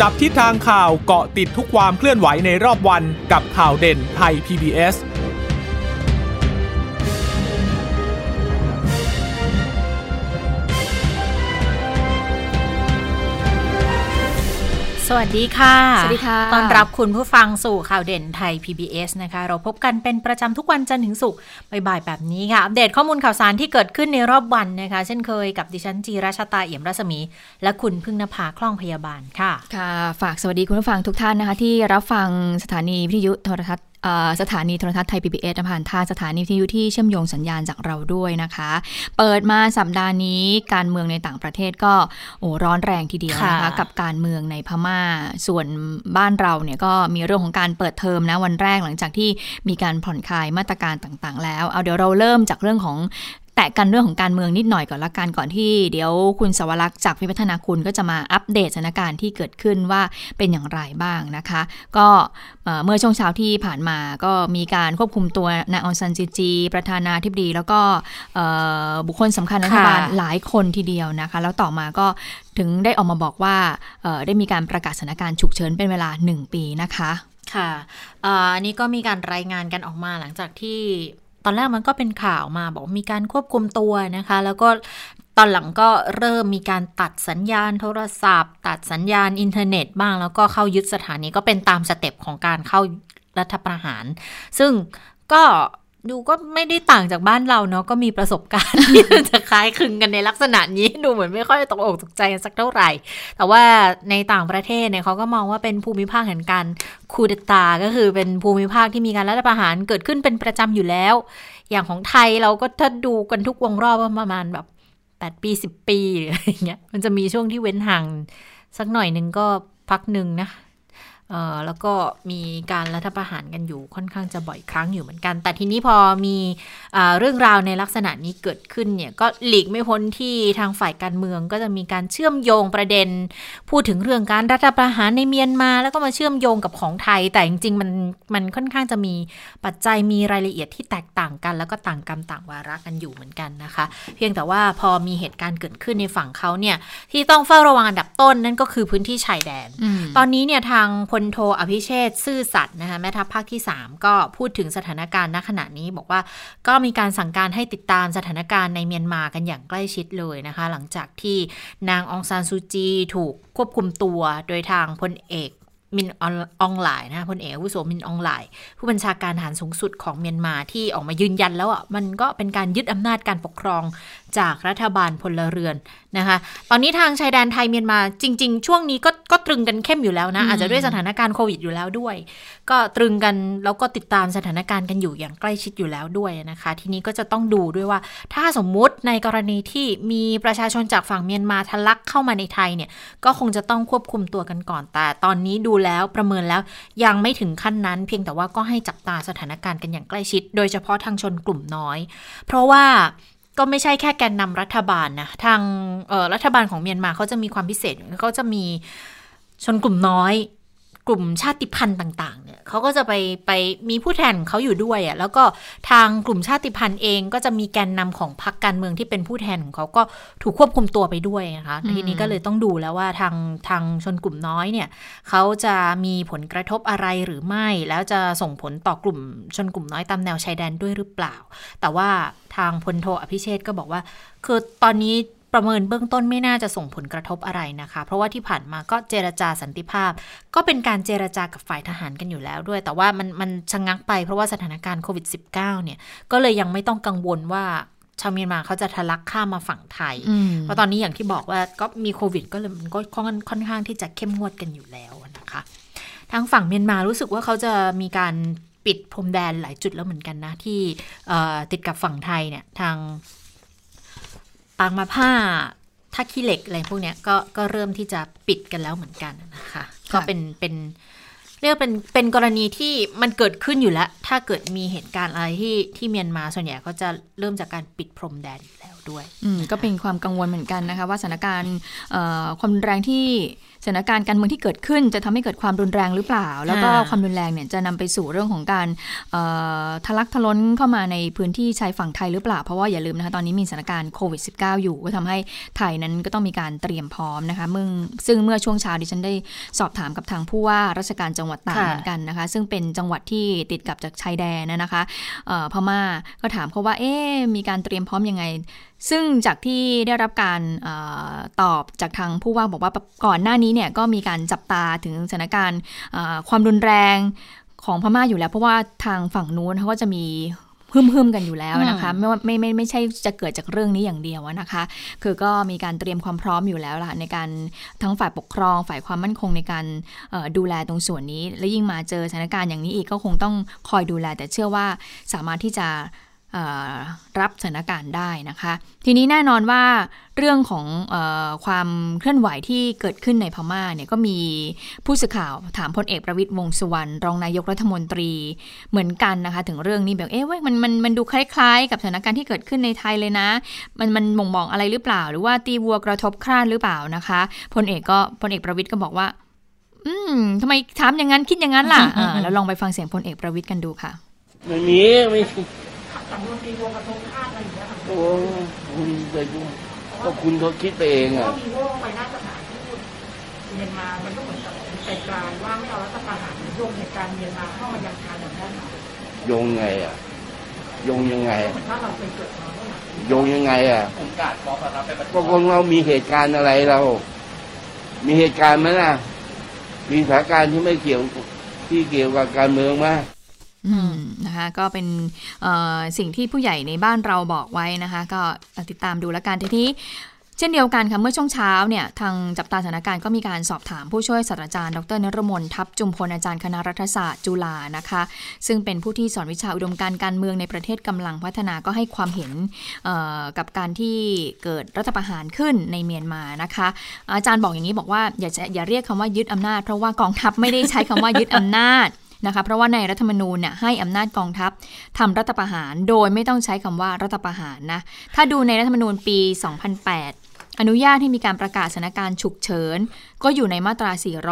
จับทิศทางข่าวเกาะติดทุกความเคลื่อนไหวในรอบวันกับข่าวเด่นไทย PBS สวัสดีค่ะสวัสดีค่ะต้อนรับคุณผู้ฟังสู่ข่าวเด่นไทย PBS นะคะเราพบกันเป็นประจำทุกวันจันทร์ถึงศุกร์บ่ายๆแบบนี้ค่ะอัปเดตข้อมูลข่าวสารที่เกิดขึ้นในรอบวันนะคะเช่นเคยกับดิฉันจีราชตาเอี่ยมรัศมีและคุณพึ่งนภาคล่องพยาบาลค่ะค่ะฝากสวัสดีคุณผู้ฟังทุกท่านนะคะที่รับฟังสถานีวิทยุโทรทัศน์สถานีโทรทัศน์ไทย PBS ผ่านทางสถานีวิทยุที่เชื่อมโยงสัญญาณจากเราด้วยนะคะเปิดมาสัปดาห์นี้การเมืองในต่างประเทศก็ร้อนแรงทีเดียวนะคะกับการเมืองในพม่าส่วนบ้านเราเนี่ยก็มีเรื่องของการเปิดเทอมนะวันแรกหลังจากที่มีการผ่อนคลายมาตรการต่างๆแล้วเดี๋ยวเราเริ่มจากเรื่องของแตะกันเรื่องของการเมืองนิดหน่อยก่อนละกันก่อนที่เดี๋ยวคุณสวรักษ์จากวิพัฒนาคุณก็จะมาอัปเดตสถานการณ์ที่เกิดขึ้นว่าเป็นอย่างไรบ้างนะคะก็เมื่อช่วงเช้าที่ผ่านมาก็มีการควบคุมตัวนางองซันซูจีประธานาธิบดีแล้วก็บุคคลสำคัญในรัฐบาลหลายคนทีเดียวนะคะแล้วต่อมาก็ถึงได้ออกมาบอกว่าได้มีการประกาศสถานการณ์ฉุกเฉินเป็นเวลา1 ปีนะคะค่ะอันนี้ก็มีการรายงานกันออกมาหลังจากที่ตอนแรกมันก็เป็นข่าวมาบอกมีการควบคุมตัวนะคะแล้วก็ตอนหลังก็เริ่มมีการตัดสัญญาณโทรศัพท์ตัดสัญญาณอินเทอร์เน็ตบ้างแล้วก็เข้ายึดสถานีก็เป็นตามสเต็ปของการเข้ารัฐประหารซึ่งก็ดูก็ไม่ได้ต่างจากบ้านเราเนาะก็มีประสบการณ์ที่จะคล้ายคลึงกันในลักษณะนี้ดูเหมือนไม่ค่อยตกอกตกใจกันสักเท่าไหร่แต่ว่าในต่างประเทศเนี่ยเขาก็มองว่าเป็นภูมิภาคแห่งการคูเดตาก็คือเป็นภูมิภาคที่มีการรัฐประหารเกิดขึ้นเป็นประจำอยู่แล้วอย่างของไทยเราก็ถ้าดูกันทุกวงรอบประมาณแบบ8 ปี 10 ปีหรืออะไรเงี้ยมันจะมีช่วงที่เว้นห่างสักหน่อยนึงก็พักนึงนะแล้วก็มีการรัฐประหารกันอยู่ค่อนข้างจะบ่อยครั้งอยู่เหมือนกันแต่ทีนี้พอมีเรื่องราวในลักษณะนี้เกิดขึ้นเนี่ยก็หลีกไม่พ้นที่ทางฝ่ายการเมืองก็จะมีการเชื่อมโยงประเด็นพูดถึงเรื่องการรัฐประหารในเมียนมาแล้วก็มาเชื่อมโยงกับของไทยแต่จริงๆมันค่อนข้างจะมีปัจจัยมีรายละเอียดที่แตกต่างกันแล้วก็ต่างกรรมต่างวาระกันอยู่เหมือนกันนะคะเพียงแต่ว่าพอมีเหตุการณ์เกิดขึ้นในฝั่งเขาเนี่ยที่ต้องเฝ้าระวังอันดับต้นนั่นก็คือพื้นที่ชายแดนตอนนี้เนี่ยทางพลโทอภิเชษฐ์ซื่อสัตย์นะคะแม่ทัพภาคที่3ก็พูดถึงสถานการณ์ณขณะนี้บอกว่าก็มีการสั่งการให้ติดตามสถานการณ์ในเมียนมากันอย่างใกล้ชิดเลยนะคะหลังจากที่นางองซานซูจีถูกควบคุมตัวโดยทางพลเอกมินอองหลายนะพลเอกอาวุโสมินอองหลายผู้บัญชาการทหารสูงสุดของเมียนมาที่ออกมายืนยันแล้วอ่ะมันก็เป็นการยึดอำนาจการปกครองจากรัฐบาลพลเรือนนะคะตอนนี้ทางชายแดนไทยเมียนมาจริงๆช่วงนี้ก็ตรึงกันเข้มอยู่แล้วนะอาจจะด้วยสถานการณ์โควิดอยู่แล้วด้วยก็ตรึงกันแล้วก็ติดตามสถานการณ์กันอยู่อย่างใกล้ชิดอยู่แล้วด้วยนะคะทีนี้ก็จะต้องดูด้วยว่าถ้าสมมุติในกรณีที่มีประชาชนจากฝั่งเมียนมาทะลักเข้ามาในไทยเนี่ยก็คงจะต้องควบคุมตัวกันก่อนแต่ตอนนี้ดูแล้วประเมินแล้วยังไม่ถึงขั้นนั้นเพียงแต่ว่าก็ให้จับตาสถานการณ์กันอย่างใกล้ชิดโดยเฉพาะทางชนกลุ่มน้อยเพราะว่าก็ไม่ใช่แค่แกนนำรัฐบาลนะทางรัฐบาลของเมียนมาเขาจะมีความพิเศษเขาจะมีชนกลุ่มน้อยกลุ่มชาติพันธุ์ต่างๆเนี่ยเขาก็จะไปมีผู้แทนเขาอยู่ด้วยอ่ะแล้วก็ทางกลุ่มชาติพันธุ์เองก็จะมีแกนนำของพรรคการเมืองที่เป็นผู้แทนของเขาก็ถูกควบคุมตัวไปด้วยนะคะทีนี้ก็เลยต้องดูแล้วว่าทางชนกลุ่มน้อยเนี่ยเขาจะมีผลกระทบอะไรหรือไม่แล้วจะส่งผลต่อกลุ่มชนกลุ่มน้อยตามแนวชายแดนด้วยหรือเปล่าแต่ว่าทางพลโทอภิเชษฐ์ก็บอกว่าคือตอนนี้ประเมินเบื้องต้นไม่น่าจะส่งผลกระทบอะไรนะคะเพราะว่าที่ผ่านมาก็เจรจาสันติภาพก็เป็นการเจรจากับฝ่ายทหารกันอยู่แล้วด้วยแต่ว่ามันชะงักไปเพราะว่าสถานการณ์โควิด -19 เนี่ยก็เลยยังไม่ต้องกังวลว่าชาวเมียนมาเขาจะทะลักข้ามมาฝั่งไทยเพราะตอนนี้อย่างที่บอกว่าก็มีโควิดก็เลยมันก็ค่อนข้างที่จะเข้มงวดกันอยู่แล้วนะคะทางฝั่งเมียนมารู้สึกว่าเขาจะมีการปิดพรมแดนหลายจุดแล้วเหมือนกันนะที่ติดกับฝั่งไทยเนี่ยทางปางมะผ้าท่าขี้เหล็กอะไรพวกเนี้ยก็เริ่มที่จะปิดกันแล้วเหมือนกันนะคะก็เป็นเรียกเป็นกรณีที่มันเกิดขึ้นอยู่แล้วถ้าเกิดมีเหตุการณ์อะไรที่เมียนมาส่วนใหญ่ก็จะเริ่มจากการปิดพรมแดนอยู่แล้วด้วยก็เป็นความกังวลเหมือนกันนะคะว่าสถานการณ์ความรุนแรงที่สถานการณ์การเมืองที่เกิดขึ้นจะทำให้เกิดความรุนแรงหรือเปล่าแล้วก็ความรุนแรงเนี่ยจะนำไปสู่เรื่องของการทะลักทะล้นเข้ามาในพื้นที่ชายฝั่งไทยหรือเปล่าเพราะว่าอย่าลืมนะคะตอนนี้มีสถานการณ์โควิด -19 อยู่ก็ทำให้ไทยนั้นก็ต้องมีการเตรียมพร้อมนะคะซึ่งเมื่อช่วงเช้าดิฉันได้สอบถามกับทางผู้ว่าราชการจังหวัดตากเหมือนกันนะคะซึ่งเป็นจังหวัดที่ติดกับจากชายแดนนะคะพม่าก็ถามเขาว่ามีการเตรียมพร้อมยังไงซึ่งจากที่ได้รับการตอบจากทางผู้ว่าบอกว่าก่อนหน้านี้เนี่ยก็มีการจับตาถึงสถานการณ์ความรุนแรงของพม่าอยู่แล้วเพราะว่าทางฝั่งนู้นเขาก็จะมีฮึ่มกันอยู่แล้วนะคะไม่ใช่จะเกิดจากเรื่องนี้อย่างเดียวนะคะคือก็มีการเตรียมความพร้อมอยู่แล้วล่ะในการทั้งฝ่ายปกครองฝ่ายความมั่นคงในการดูแลตรงส่วนนี้และยิ่งมาเจอสถานการณ์อย่างนี้อีกก็คงต้องคอยดูแลแต่เชื่อว่าสามารถที่จะรับสถานการณ์ได้นะคะทีนี้แน่นอนว่าเรื่องของความเคลื่อนไหวที่เกิดขึ้นในพม่าเนี่ยก็มีผู้สื่อข่าวถามพลเอกประวิตรวงษ์สุวรรณรองนายกรัฐมนตรีเหมือนกันนะคะถึงเรื่องนี้แบบมันดูคล้ายๆกับสถานการณ์ที่เกิดขึ้นในไทยเลยนะมันบ่งบอกอะไรหรือเปล่าหรือว่าตีวัวกระทบคราดหรือเปล่านะคะพลเอกประวิตรก็บอกว่าทำไมถามอย่างนั้นคิดอย่างนั้นล่ะ แล้วลองไปฟังเสียงพลเอกประวิตรกันดูค่ะไม่สำนวนตีวงกระทบคาดอะไรอย่างเงี้ยค่ะโอ้คุณไปดูก็คุณเขาคิดไปเองอ่ะมีโล่ไปหน้าสถานทูตเมียนมามันก็เหมือนกับเป็นการว่าไม่เอารัฐประหารโยงเหตุการณ์เมียนมาเข้ามายังการแบบนั้นโยงไงอ่ะโยงยังไงเหมือนว่าเราเป็นเกิดมาโยงยังไงอ่ะผมกาดบอกครับก็คงเรามีเหตุการณ์อะไรเรามีเหตุการณ์ไหมล่ะมีสถานการณ์ที่ไม่เกี่ยวกับการเมืองไหมนะคะก็เป็นสิ่งที่ผู้ใหญ่ในบ้านเราบอกไว้นะคะก็ติดตามดูแล้วกันทีนี้เช่นเดียวกันค่ะเมื่อช่วงเช้าเนี่ยทางจับตาสถานการณ์ก็มีการสอบถามผู้ช่วยศาสตราจารย์ดร.นฤมลทัพจุมพลอาจารย์คณะรัฐศาสตร์จุฬานะคะซึ่งเป็นผู้ที่สอนวิชาอุดมการณ์การเมืองในประเทศกำลังพัฒนาก็ให้ความเห็นกับการที่เกิดรัฐประหารขึ้นในเมียนมานะคะอาจารย์บอกอย่างนี้บอกว่าอย่าเรียกคำว่ายึดอำนาจเพราะว่ากองทัพไม่ได้ใช้คำว่ายึดอำนาจนะคะเพราะว่าในรัฐธรรมนูญเนี่ยให้อำนาจกองทัพทำรัฐประหารโดยไม่ต้องใช้คำว่ารัฐประหารนะถ้าดูในรัฐธรรมนูญปี 2008 อนุญาตให้มีการประกาศสถานการณ์ฉุกเฉินก็อยู่ในมาตรา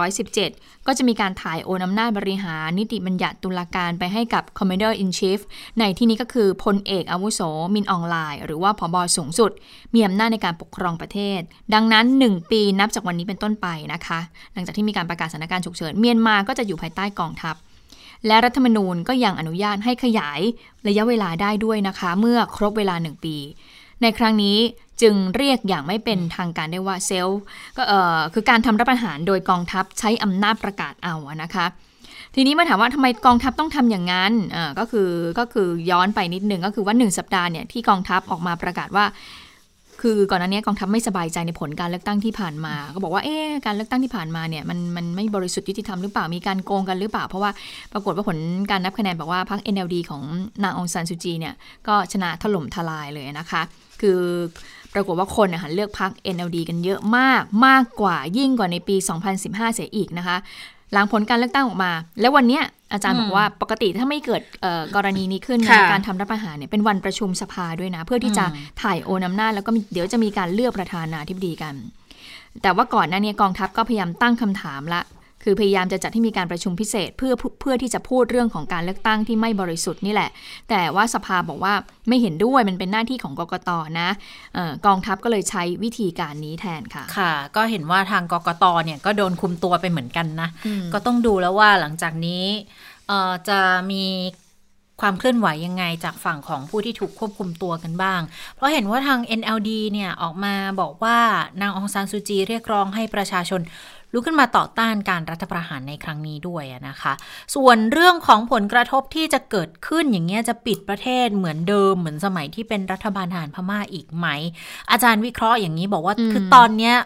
417 ก็จะมีการถ่ายโอนอำนาจบริหารนิติบัญญัติตุลาการไปให้กับ Commander in Chief ในที่นี้ก็คือพลเอกอาวุโสมินอองไลน์หรือว่าผบ.สูงสุดมีอำนาจในการปกครองประเทศดังนั้น1ปีนับจากวันนี้เป็นต้นไปนะคะหลังจากที่มีการประกาศสถานการณ์ฉุกเฉินเมียนมาก็จะอยู่ภายใต้กองทัพและรัฐธรรมนูญก็ยังอนุญาตให้ขยายระยะเวลาได้ด้วยนะคะเมื่อครบเวลา1ปีในครั้งนี้จึงเรียกอย่างไม่เป็นทางการได้ว่าเซลฟ์ก็คือการทำรัฐประหารโดยกองทัพใช้อำนาจประกาศเอานะคะทีนี้มาถามว่าทำไมกองทัพต้องทำอย่างนั้นก็คือย้อนไปนิดนึงก็คือว่า1สัปดาห์เนี่ยที่กองทัพออกมาประกาศว่าคือก่อนหน้านี้กองทัพไม่สบายใจในผลการเลือกตั้งที่ผ่านมาก็บอกว่าการเลือกตั้งที่ผ่านมาเนี่ยมันไม่บริสุทธิ์ยุติธรรมหรือเปล่ามีการโกงกันหรือเปล่าเพราะว่าปรากฏว่าผลการนับคะแนนบอกว่าพรรค NLD ของนางองซานซูจีเนี่ยก็ชนะถล่มทลายเลยนะคะคือปรากฏว่าคนเลือกพรรค NLD กันเยอะมากกว่ายิ่งกว่าในปี 2015 เสียอีกนะคะหลังผลการเลือกตั้งออกมาแล้ววันนี้อาจารย์บอกว่าปกติถ้าไม่เกิดกรณีนี้ขึ้นในการทำรัฐประหารเนี่ยเป็นวันประชุมสภาด้วยนะเพื่อที่จะถ่ายโอนอำนาจแล้วก็เดี๋ยวจะมีการเลือกประธานาธิบดีกันแต่ว่าก่อนหน้านี้กองทัพก็พยายามตั้งคำถามละคือพยายามจะจัดให้มีการประชุมพิเศษเพื่อที่จะพูดเรื่องของการเลือกตั้งที่ไม่บริสุทธิ์นี่แหละแต่ว่าสภาบอกว่าไม่เห็นด้วยมันเป็นหน้าที่ของกกต.นะกองทัพก็เลยใช้วิธีการนี้แทนค่ะค่ะก็เห็นว่าทางกกต.เนี่ยก็โดนคุมตัวไปเหมือนกันนะก็ต้องดูแล้วว่าหลังจากนี้จะมีความเคลื่อนไหวยังไงจากฝั่งของผู้ที่ถูกควบคุมตัวกันบ้างเพราะเห็นว่าทาง NLD เนี่ยออกมาบอกว่านางองซานซูจีเรียกร้องให้ประชาชนลุกขึ้นมาต่อต้านการรัฐประหารในครั้งนี้ด้วยนะคะส่วนเรื่องของผลกระทบที่จะเกิดขึ้นอย่างเงี้ยจะปิดประเทศเหมือนเดิมเหมือนสมัยที่เป็นรัฐบาลทหารพม่าอีกไหมอาจารย์วิเคราะห์อย่างนี้บอกว่าคือตอนเนี้ย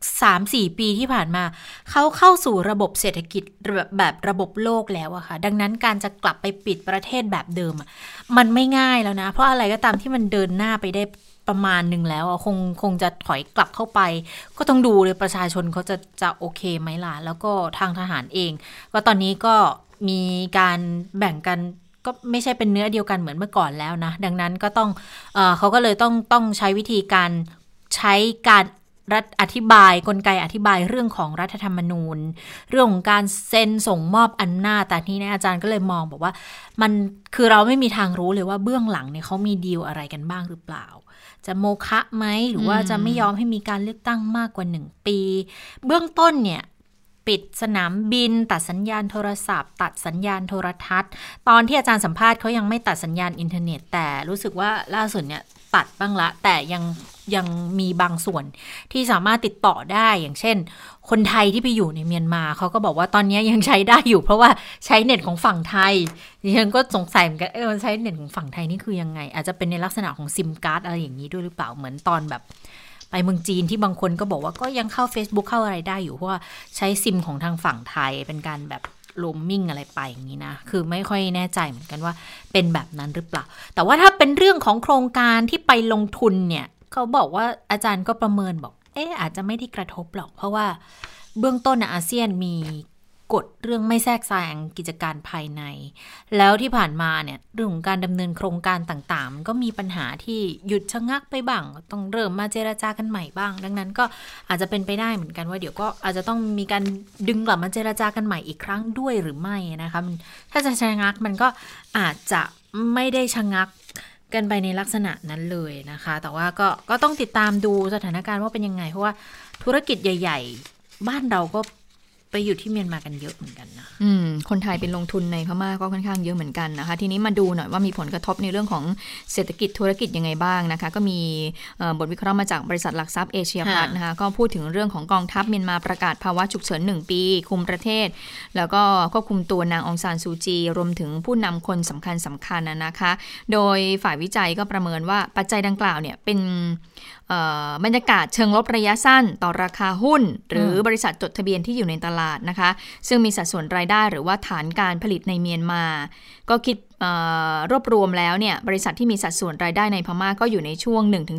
3-4 ปีที่ผ่านมาเขาเข้าสู่ระบบเศรษฐกิจแบบระบบโลกแล้วอะค่ะดังนั้นการจะกลับไปปิดประเทศแบบเดิมมันไม่ง่ายแล้วนะเพราะอะไรก็ตามที่มันเดินหน้าไปได้ประมาณหนึ่งแล้วคงจะถอยกลับเข้าไปก็ต้องดูเลยประชาชนเขาจะโอเคไหมล่ะแล้วก็ทางทหารเองก็ตอนนี้ก็มีการแบ่งกันก็ไม่ใช่เป็นเนื้อเดียวกันเหมือนเมื่อก่อนแล้วนะดังนั้นก็ต้องเขาก็เลยต้องใช้วิธีการใช้การอธิบายกลไกอธิบายเรื่องของรัฐธรรมนูญเรื่องของการเซ็นส่งมอบอำนาจแต่ที่นี่อาจารย์ก็เลยมองบอกว่ามันคือเราไม่มีทางรู้เลยว่าเบื้องหลังเนี่ยเขามีดีลอะไรกันบ้างหรือเปล่าจะโมฆะไหมหรือว่าจะไม่ยอมให้มีการเลือกตั้งมากกว่า1 ปีเบื้องต้นเนี่ยปิดสนามบินตัดสัญญาณโทรศัพท์ตัดสัญญาณโทรทัศน์ตอนที่อาจารย์สัมภาษณ์เขายังไม่ตัดสัญญาณอินเทอร์เน็ตแต่รู้สึกว่าล่าสุดเนี่ยตัดบ้างละแต่ยังมีบางส่วนที่สามารถติดต่อได้อย่างเช่นคนไทยที่ไปอยู่ในเมียนมาเขาก็บอกว่าตอนนี้ยังใช้ได้อยู่เพราะว่าใช้เน็ตของฝั่งไทยดิฉันก็สงสัยเหมือนกันใช้เน็ตของฝั่งไทยนี่คือยังไงอาจจะเป็นในลักษณะของซิมการ์ดอะไรอย่างนี้ด้วยหรือเปล่าเหมือนตอนแบบไปเมืองจีนที่บางคนก็บอกว่าก็ยังเข้า Facebook เข้าอะไรได้อยู่เพราะว่าใช้ซิมของทางฝั่งไทยเป็นการแบบโรมมิ่งอะไรไปอย่างนี้นะคือไม่ค่อยแน่ใจเหมือนกันว่าเป็นแบบนั้นหรือเปล่าแต่ว่าถ้าเป็นเรื่องของโครงการที่ไปลงทุนเนี่ยเขาบอกว่าอาจารย์ก็ประเมินบอกอาจจะไม่ได้กระทบหรอกเพราะว่าเบื้องต้นอาเซียนมีกฎเรื่องไม่แทรกแซงกิจการภายในแล้วที่ผ่านมาเนี่ยเรื่องของการดำเนินโครงการต่างๆมันก็มีปัญหาที่หยุดชะงักไปบ้างต้องเริ่มมาเจรจากันใหม่บ้างดังนั้นก็อาจจะเป็นไปได้เหมือนกันว่าเดี๋ยวก็อาจจะต้องมีการดึงกลับมาเจรจากันใหม่อีกครั้งด้วยหรือไม่นะคะถ้าจะชะงักมันก็อาจจะไม่ได้ชะงักกันไปในลักษณะนั้นเลยนะคะแต่ว่าก็ต้องติดตามดูสถานการณ์ว่าเป็นยังไงเพราะว่าธุรกิจใหญ่ๆบ้านเราก็ไปอยู่ที่เมียนมากันเยอะเหมือนกันนะคนไทยเป็นลงทุนในพม่าก็ค่อนข้างเยอะเหมือนกันนะคะทีนี้มาดูหน่อยว่ามีผลกระทบในเรื่องของเศรษฐกิจธุรกิจยังไงบ้างนะคะก็มีบทวิเคราะห์มาจากบริษัทหลักทรัพย์เอเชียพัฒน์นะคะก็พูดถึงเรื่องของกองทัพเมียนมาประกาศภาวะฉุกเฉิน1 ปีคุมประเทศแล้วก็ควบคุมตัวนางองซานซูจีรวมถึงผู้นำคนสำคัญนะคะโดยฝ่ายวิจัยก็ประเมินว่าปัจจัยดังกล่าวเนี่ยเป็นบรรยากาศเชิงลบระยะสั้นต่อราคาหุ้นหรือบริษัทจดทะเบียนที่อยู่ในตลาดนะคะซึ่งมีสัดส่วนรายได้หรือว่าฐานการผลิตในเมียนมาก็คิดรวบรวมแล้วเนี่ยบริษัทที่มีสัดส่วนรายได้ในพม่าก็อยู่ในช่วง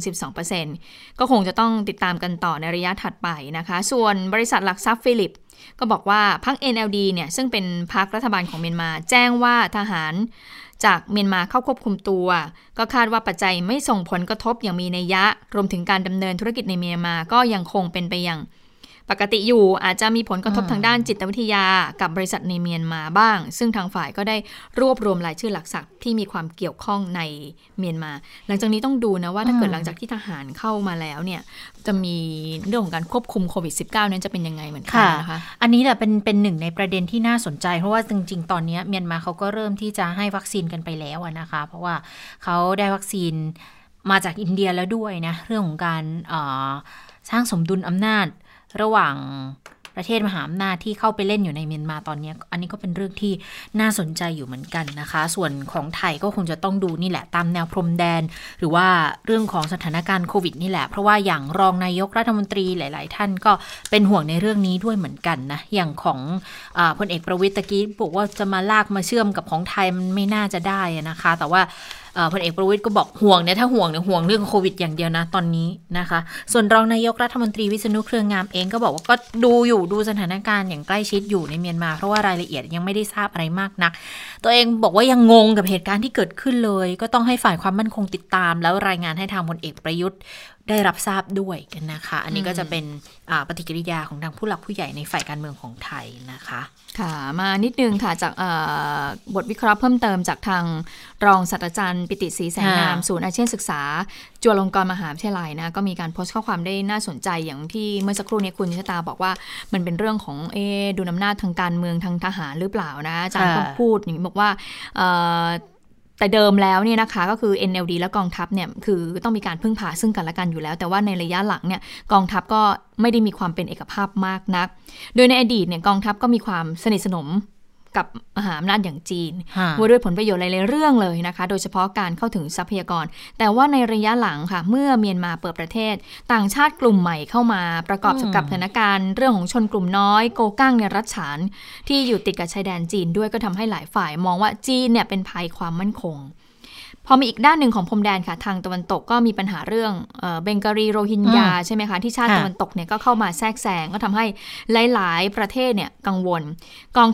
1-12% ก็คงจะต้องติดตามกันต่อในระยะถัดไปนะคะส่วนบริษัทหลักทรัพย์ฟิลิปก็บอกว่าพรรค NLD เนี่ยซึ่งเป็นพรรครัฐบาลของเมียนมาแจ้งว่าทหารจากเมียนมาเข้าควบคุมตัวก็คาดว่าปัจจัยไม่ส่งผลกระทบอย่างมีนัยยะรวมถึงการดำเนินธุรกิจในเมียนมาก็ยังคงเป็นไปอย่างปกติอยู่อาจจะมีผลกระทบทางด้านจิตวิทยากับบริษัทในเมียนมาบ้างซึ่งทางฝ่ายก็ได้รวบรวมรายชื่อหลักทรัพย์ที่มีความเกี่ยวข้องในเมียนมาหลังจากนี้ต้องดูนะว่าถ้าเกิดหลังจากที่ทหารเข้ามาแล้วเนี่ยจะมีเรื่องของการควบคุมโควิด -19 นั้นจะเป็นยังไงเหมือนกันนะคะอันนี้แหละเป็นหนึ่งในประเด็นที่น่าสนใจเพราะว่าจริงๆตอนนี้เมียนมาเขาก็เริ่มที่จะให้วัคซีนกันไปแล้วนะคะเพราะว่าเขาได้วัคซีนมาจากอินเดียแล้วด้วยนะเรื่องของการสร้างสมดุลอำนาจระหว่างประเทศมหาอำนาจที่เข้าไปเล่นอยู่ในเมียนมาตอนนี้อันนี้ก็เป็นเรื่องที่น่าสนใจอยู่เหมือนกันนะคะส่วนของไทยก็คงจะต้องดูนี่แหละตามแนวพรมแดนหรือว่าเรื่องของสถานการณ์โควิดนี่แหละเพราะว่าอย่างรองนายกรัฐมนตรีหลายๆท่านก็เป็นห่วงในเรื่องนี้ด้วยเหมือนกันนะอย่างของพลเอกประวิตรตะกี้บอกว่าจะมาลากมาเชื่อมกับของไทยมันไม่น่าจะได้นะคะแต่ว่าพลเอกประวิตรก็บอกห่วงเนี่ยถ้าห่วงเรื่องโควิดอย่างเดียวนะตอนนี้นะคะส่วนรองนายกรัฐมนตรีวิษณุเครืองามเองก็บอกว่าก็ดูสถานการณ์อย่างใกล้ชิดอยู่ในเมียนมาเพราะว่ารายละเอียดยังไม่ได้ทราบอะไรมากนักตัวเองบอกว่ายังงงกับเหตุการณ์ที่เกิดขึ้นเลยก็ต้องให้ฝ่ายความมั่นคงติดตามแล้วรายงานให้ทางพลเอกประยุทธ์ได้รับทราบด้วยกันนะคะอันนี้ก็จะเป็นปฏิกิริยาของทางผู้หลักผู้ใหญ่ในฝ่ายการเมืองของไทยนะคะค่ะมานิดนึงค่ะจากบทวิเคราะห์เพิ่มเติมจากทางรองศาสตราจารย์ปิติศรีแสงงามศูนย์อาเซียนศึกษาจุฬาลงกรณ์มหาวิทยาลัยนะก็มีการโพสต์ข้อความได้น่าสนใจอย่างที่เมื่อสักครู่นี้คุณชะตาบอกว่ามันเป็นเรื่องของดุลอำนาจทางการเมืองทางทหารหรือเปล่านะอาจารย์ก็พูดอย่างนี้บอกว่าแต่เดิมแล้วเนี่ยนะคะก็คือ NLD และกองทัพเนี่ยคือต้องมีการพึ่งพาซึ่งกันและกันอยู่แล้วแต่ว่าในระยะหลังเนี่ยกองทัพก็ไม่ได้มีความเป็นเอกภาพมากนักโดยในอดีตเนี่ยกองทัพก็มีความสนิทสนมกับมหาอำนาจอย่างจีนว่าด้วยผลประโยชน์หลายๆเรื่องเลยนะคะโดยเฉพาะการเข้าถึงทรัพยากรแต่ว่าในระยะหลังค่ะเมื่อเมียนมาเปิดประเทศต่างชาติกลุ่มใหม่เข้ามาประกอบกับสถานการณ์เรื่องของชนกลุ่มน้อยโกกั้งในรัฐฉานที่อยู่ติดกับชายแดนจีนด้วยก็ทำให้หลายฝ่ายมองว่าจีนเนี่ยเป็นภัยความมั่นคงพอมีอีกด้านหนึ่งของพรมแดนค่ะทางตะวันตกก็มีปัญหาเรื่องเบงการีโรฮิงญาใช่ไหมคะที่ชาติตะวันตกเนี่ยก็เข้ามาแทรกแซงก็ทำให้หลายๆประเทศเนี่ยกังวลกองทัพ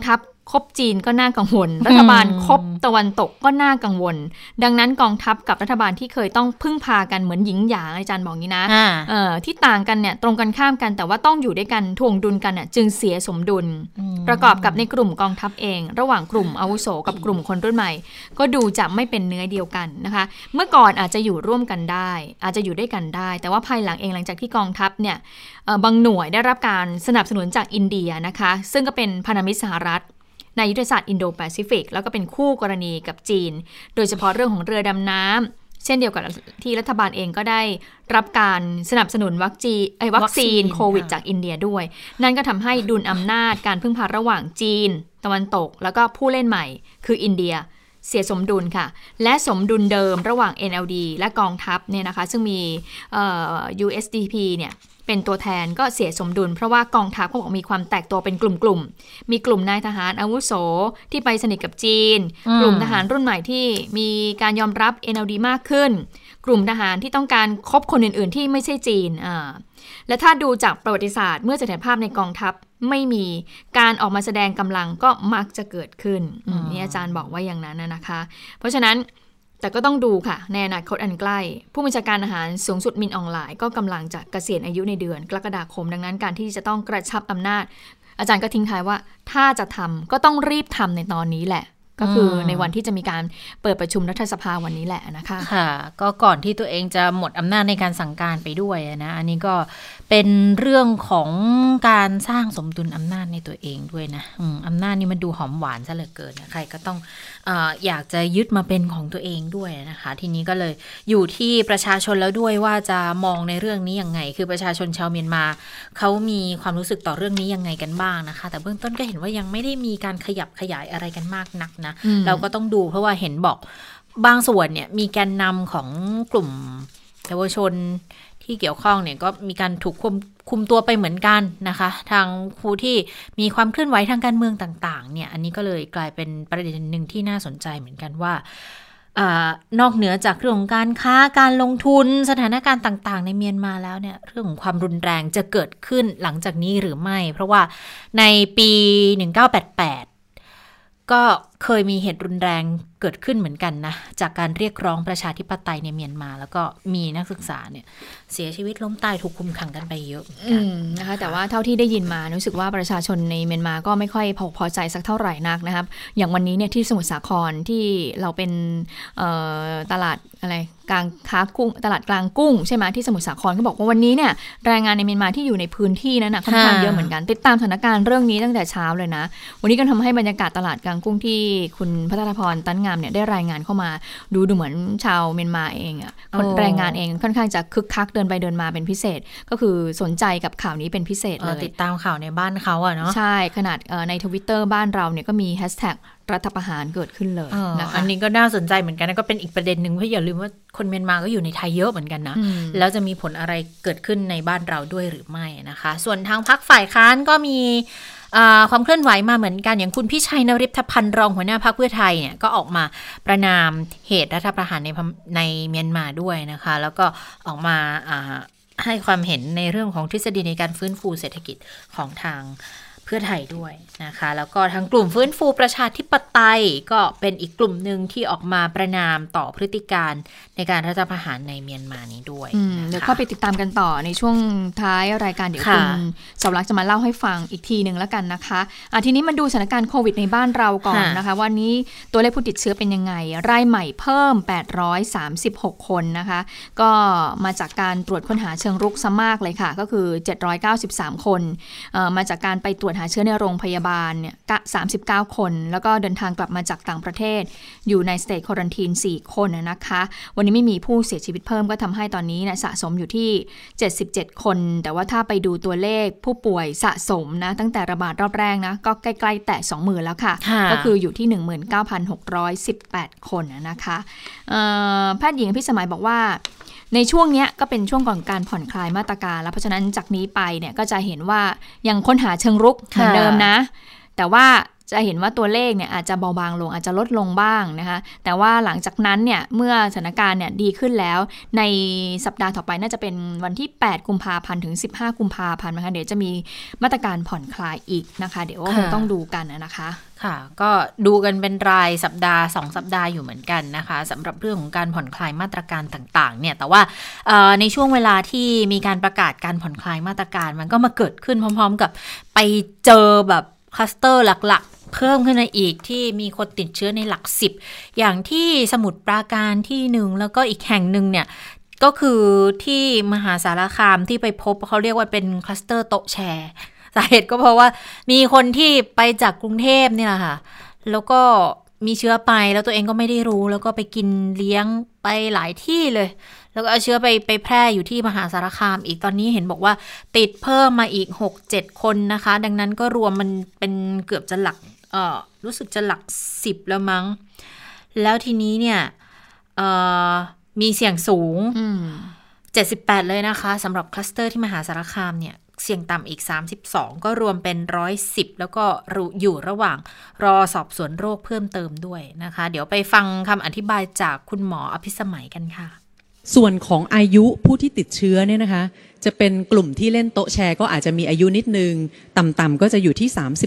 คบจีนก็น่ากังวลรัฐบาลคบตะวันตกก็น่ากังวลดังนั้นกองทัพกับรัฐบาลที่เคยต้องพึ่งพากันเหมือนหญิงหยางอาจารย์บอกงี้นะที่ต่างกันเนี่ยตรงกันข้ามกันแต่ว่าต้องอยู่ด้วยกันถ่วงดุลกันน่ะจึงเสียสมดุลประกอบกับในกลุ่มกองทัพเองระหว่างกลุ่มอาวุโสกับกลุ่มคนรุ่นใหม่ก็ดูจะไม่เป็นเนื้อเดียวกันนะคะเมื่อก่อนอาจจะอยู่ร่วมกันได้อาจจะอยู่ด้วยกันได้แต่ว่าภายหลังเองหลังจากที่กองทัพเนี่ยบางหน่วยได้รับการสนับสนุนจากอินเดียนะคะซึ่งก็เป็นพันธมิตรสหรัฐในยุทธศาสตร์อินโดแปซิฟิกแล้วก็เป็นคู่กรณีกับจีนโดยเฉพาะเรื่องของเรือดำน้ำเช่นเดียวกับที่รัฐบาลเองก็ได้รับการสนับสนุนวัคซีนโควิดจากอินเดียด้วยนั่นก็ทำให้ดุลอำนาจการพึ่งพาระหว่างจีนตะวันตกแล้วก็ผู้เล่นใหม่คืออินเดียเสียสมดุลค่ะและสมดุลเดิมระหว่าง NLD และกองทัพเนี่ยนะคะซึ่งมีUSDP เนี่ยเป็นตัวแทนก็เสียสมดุลเพราะว่ากองทัพเขาบอกมีความแตกตัวเป็นกลุ่มๆมีกลุ่มนายทหารอาวุโสที่ไปสนิทกับจีนกลุ่มทหารรุ่นใหม่ที่มีการยอมรับ NLD มากขึ้นกลุ่มทหารที่ต้องการคบคนอื่นๆที่ไม่ใช่จีนและถ้าดูจากประวัติศาสตร์เมื่อเสถียรภาพในกองทัพไม่มีการออกมาแสดงกำลังก็มักจะเกิดขึ้นนี่อาจารย์บอกว่าอย่างนั้นนะคะเพราะฉะนั้นแต่ก็ต้องดูค่ะในอนาคตอันใกล้ผู้บัญชาการทหารสูงสุดมินอองหลายก็กำลังจะเกษียณอายุในเดือนกรกฎาคมดังนั้นการที่จะต้องกระชับอำนาจอาจารย์ก็ทิ้งท้ายว่าถ้าจะทำก็ต้องรีบทำในตอนนี้แหละก็คือในวันที่จะมีการเปิดประชุมรัฐสภาวันนี้แหละนะคะค่ะก็ก่อนที่ตัวเองจะหมดอำนาจในการสั่งการไปด้วยนะอันนี้ก็เป็นเรื่องของการสร้างสมดุลอำนาจในตัวเองด้วยนะอำนาจนี่มันดูหอมหวานซะเหลือเกินนะใครก็ต้องอยากจะยึดมาเป็นของตัวเองด้วยนะคะทีนี้ก็เลยอยู่ที่ประชาชนแล้วด้วยว่าจะมองในเรื่องนี้ยังไงคือประชาชนชาวเมียนมาเขามีความรู้สึกต่อเรื่องนี้ยังไงกันบ้างนะคะแต่เบื้องต้นก็เห็นว่ายังไม่ได้มีการขยับขยายอะไรกันมากนักนะเราก็ต้องดูเพราะว่าเห็นบอกบางส่วนเนี่ยมีแกนนำของกลุ่มเยาวชนที่เกี่ยวข้องเนี่ยก็มีการถูกคุมตัวไปเหมือนกันนะคะทางผู้ที่มีความเคลื่อนไหวทางการเมืองต่างๆเนี่ยอันนี้ก็เลยกลายเป็นประเด็นหนึ่งที่น่าสนใจเหมือนกันว่านอกเหนือจากเรื่องของการค้าการลงทุนสถานการณ์ต่างๆในเมียนมาแล้วเนี่ยเรื่องของความรุนแรงจะเกิดขึ้นหลังจากนี้หรือไม่เพราะว่าในปี1988ก็เคยมีเหตุรุนแรงเกิดขึ้นเหมือนกันนะจากการเรียกร้องประชาธิปไตยในเมียนมาแล้วก็มีนักศึกษาเนี่ยเสียชีวิตล้มตายถูกคุมขังกันไปเยอะนะคะแต่ว่าเท่าที่ได้ยินมารู้สึกว่าประชาชนในเมียนมาก็ไม่ค่อยพอใจสักเท่าไหร่นักนะครับอย่างวันนี้เนี่ยที่สมุทรสาครที่เราเป็นตลาดอะไรกลางค้ากุ้งตลาดกลางกุ้งใช่ไหมที่สมุทรสาครเขาบอกว่าวันนี้เนี่ยแรงงานในเมียนมาที่อยู่ในพื้นที่นั้นนะค่อนข้างเยอะเหมือนกันติดตามสถานการณ์เรื่องนี้ตั้งแต่เช้าเลยนะวันนี้ก็ทำให้บรรยากาศตลาดกลางกุ้งที่คุณพัฒนพรตั้นงามเนี่ยได้รายงานเข้ามาดูเหมือนชาวเมียนมาเองคนแรงงานเองค่อนข้างจะคึกคักเดินไปเดินมาเป็นพิเศษก็คือสนใจกับข่าวนี้เป็นพิเศษเลยติดตามข่าวในบ้านเขาอะเนาะใช่ขนาดใน Twitter บ้านเราเนี่ยก็มีแฮชแท็กรัฐประหารเกิดขึ้นเลยนะคะอันนี้ก็น่าสนใจเหมือนกันนะก็เป็นอีกประเด็นหนึ่งเพราะอย่าลืมว่าคนเมียนมาก็อยู่ในไทยเยอะเหมือนกันนะแล้วจะมีผลอะไรเกิดขึ้นในบ้านเราด้วยหรือไม่นะคะส่วนทางพรรคฝ่ายค้านก็มีความเคลื่อนไหวมาเหมือนกันอย่างคุณพิชัยนฤทธพันธ์รองหัวหน้าพรรคเพื่อไทยเนี่ยก็ออกมาประณามเหตุรัฐประหารในเมียนมาด้วยนะคะแล้วก็ออกมาให้ความเห็นในเรื่องของทฤษฎีในการฟื้นฟูเศรษฐกิจของทางเพื่อไทยด้วยนะคะแล้วก็ทางกลุ่มฟื้นฟูประชาธิปไตยก็เป็นอีกกลุ่มหนึ่งที่ออกมาประณามต่อพฤติการในการรัฐประหารในเมียนมานี้ด้วยเดี๋ยวเข้าไปติดตามกันต่อในช่วงท้ายรายการเดี๋ยวคุณสาวรักษ์จะมาเล่าให้ฟังอีกทีนึงแล้วกันนะคะทีนี้มาดูสถานการณ์โควิดในบ้านเราก่อนนะคะวันนี้ตัวเลขผู้ติดเชื้อเป็นยังไงรายใหม่เพิ่ม836คนนะคะก็มาจากการตรวจค้นหาเชิงรุกซะมากเลยค่ะก็คือ793คนมาจากการไปตรวจหาเชื้อในโรงพยาบาลเนี่ย39คนแล้วก็เดินทางกลับมาจากต่างประเทศอยู่ในสเตทควอรันทีน4คนนะคะวันนี้ไม่มีผู้เสียชีวิตเพิ่มก็ทำให้ตอนนี้นะสะสมอยู่ที่77คนแต่ว่าถ้าไปดูตัวเลขผู้ป่วยสะสมนะตั้งแต่ระบาดรอบแรกนะก็ใกล้ๆแต่ 20,000 แล้วค่ะก็คืออยู่ที่ 19,618 คนนะคะแพทย์หญิงพิสมัยบอกว่าในช่วงนี้ก็เป็นช่วงก่อนการผ่อนคลายมาตรการแล้วเพราะฉะนั้นจากนี้ไปเนี่ยก็จะเห็นว่ายังค้นหาเชิงรุกเหมือนเดิมนะแต่ว่าจะเห็นว่าตัวเลขเนี่ยอาจจะเบาบางลงอาจจะลดลงบ้างนะคะแต่ว่าหลังจากนั้นเนี่ยเมื่อสถานการณ์เนี่ยดีขึ้นแล้วในสัปดาห์ต่อไปน่าจะเป็นวันที่8กุมภาพันธ์ถึง15กุมภาพันธ์นะคะเดี๋ยวจะมีมาตรการผ่อนคลายอีกนะคะเดี๋ยวคงต้องดูกันนะคะค่ะก็ดูกันเป็นรายสัปดาห์2สัปดาห์อยู่เหมือนกันนะคะสำหรับเรื่องของการผ่อนคลายมาตรการต่างๆเนี่ยแต่ว่าในช่วงเวลาที่มีการประกาศการผ่อนคลายมาตรการมันก็มาเกิดขึ้นพร้อมๆกับไปเจอแบบคลัสเตอร์หลักๆเพิ่มขึ้นมาอีกที่มีคนติดเชื้อในหลัก10อย่างที่สมุทรปราการที่หนึ่งแล้วก็อีกแห่งหนึ่งเนี่ยก็คือที่มหาสารคามที่ไปพบเขาเรียกว่าเป็นคลัสเตอร์โต๊ะแชร์สาเหตุก็เพราะว่ามีคนที่ไปจากกรุงเทพนี่แหละค่ะแล้วก็มีเชื้อไปแล้วตัวเองก็ไม่ได้รู้แล้วก็ไปกินเลี้ยงไปหลายที่เลยแล้วก็เอาเชื้อไปแพร่อยู่ที่มหาสารคามอีกตอนนี้เห็นบอกว่าติดเพิ่มมาอีก 6-7 คนนะคะดังนั้นก็รวมมันเป็นเกือบจะหลักรู้สึกจะหลัก10แล้วมั้งแล้วทีนี้เนี่ยมีเสี่ยงสูง78เลยนะคะสำหรับคลัสเตอร์ที่มหาสารคามเนี่ยเสี่ยงต่ำอีก32ก็รวมเป็น110แล้วก็อยู่ระหว่างรอสอบสวนโรคเพิ่มเติมด้วยนะคะเดี๋ยวไปฟังคำอธิบายจากคุณหมออภิสมัยกันค่ะส่วนของอายุผู้ที่ติดเชื้อเนี่ยนะคะจะเป็นกลุ่มที่เล่นโต๊ะแชร์ก็อาจจะมีอายุนิดนึงต่ำๆก็จะอยู่ที่